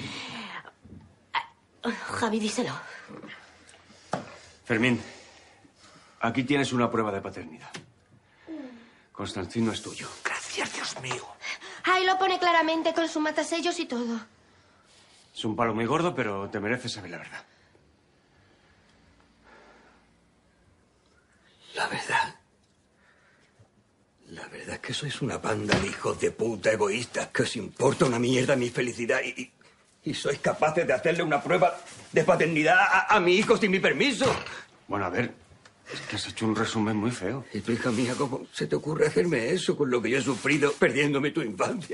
Javi, díselo. Fermín, aquí tienes una prueba de paternidad. Constantino es tuyo. Gracias, Dios mío. Ahí lo pone claramente con su matasellos y todo. Es un palo muy gordo, pero te mereces saber la verdad. La verdad es que sois una banda de hijos de puta egoístas que os importa una mierda mi felicidad y sois capaces de hacerle una prueba de paternidad a mi hijo sin mi permiso. Bueno, a ver, es que has hecho un resumen muy feo. Y tu hija mía, ¿cómo se te ocurre hacerme eso con lo que yo he sufrido perdiéndome tu infancia?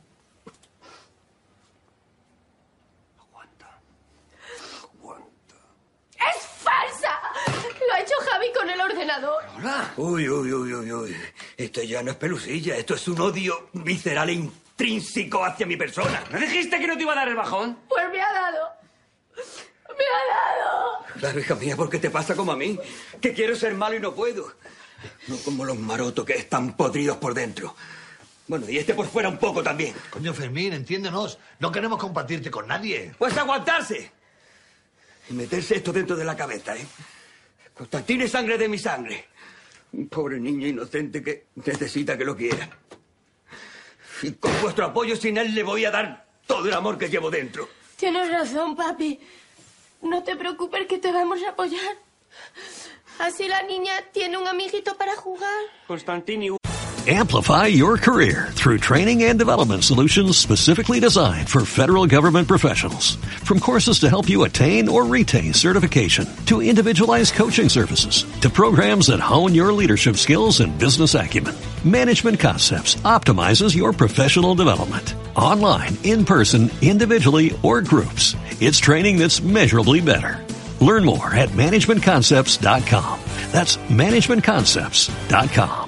¡Es falsa! Lo ha hecho Javi con el ordenador. Hola. Uy. Esto ya no es pelusilla, esto es un odio visceral e intrínseco hacia mi persona. ¿No dijiste que no te iba a dar el bajón? Pues me ha dado. ¡Me ha dado! Claro, hija mía, ¿por qué te pasa como a mí? Que quiero ser malo y no puedo. No como los marotos que están podridos por dentro. Bueno, y este por fuera un poco también. Coño, Fermín, entiéndenos. No queremos compartirte con nadie. Pues aguantarse. Y meterse esto dentro de la cabeza, ¿eh? Constantino es sangre de mi sangre. Un pobre niño inocente que necesita que lo quiera. Y con vuestro apoyo, sin él, le voy a dar todo el amor que llevo dentro. Tienes razón, papi. No te preocupes que te vamos a apoyar. Así la niña tiene un amiguito para jugar. Constantino. Amplify your career through training and development solutions specifically designed for federal government professionals. From courses to help you attain or retain certification, to individualized coaching services, to programs that hone your leadership skills and business acumen, Management Concepts optimizes your professional development. Online, in person, individually, or groups, it's training that's measurably better. Learn more at managementconcepts.com. That's managementconcepts.com.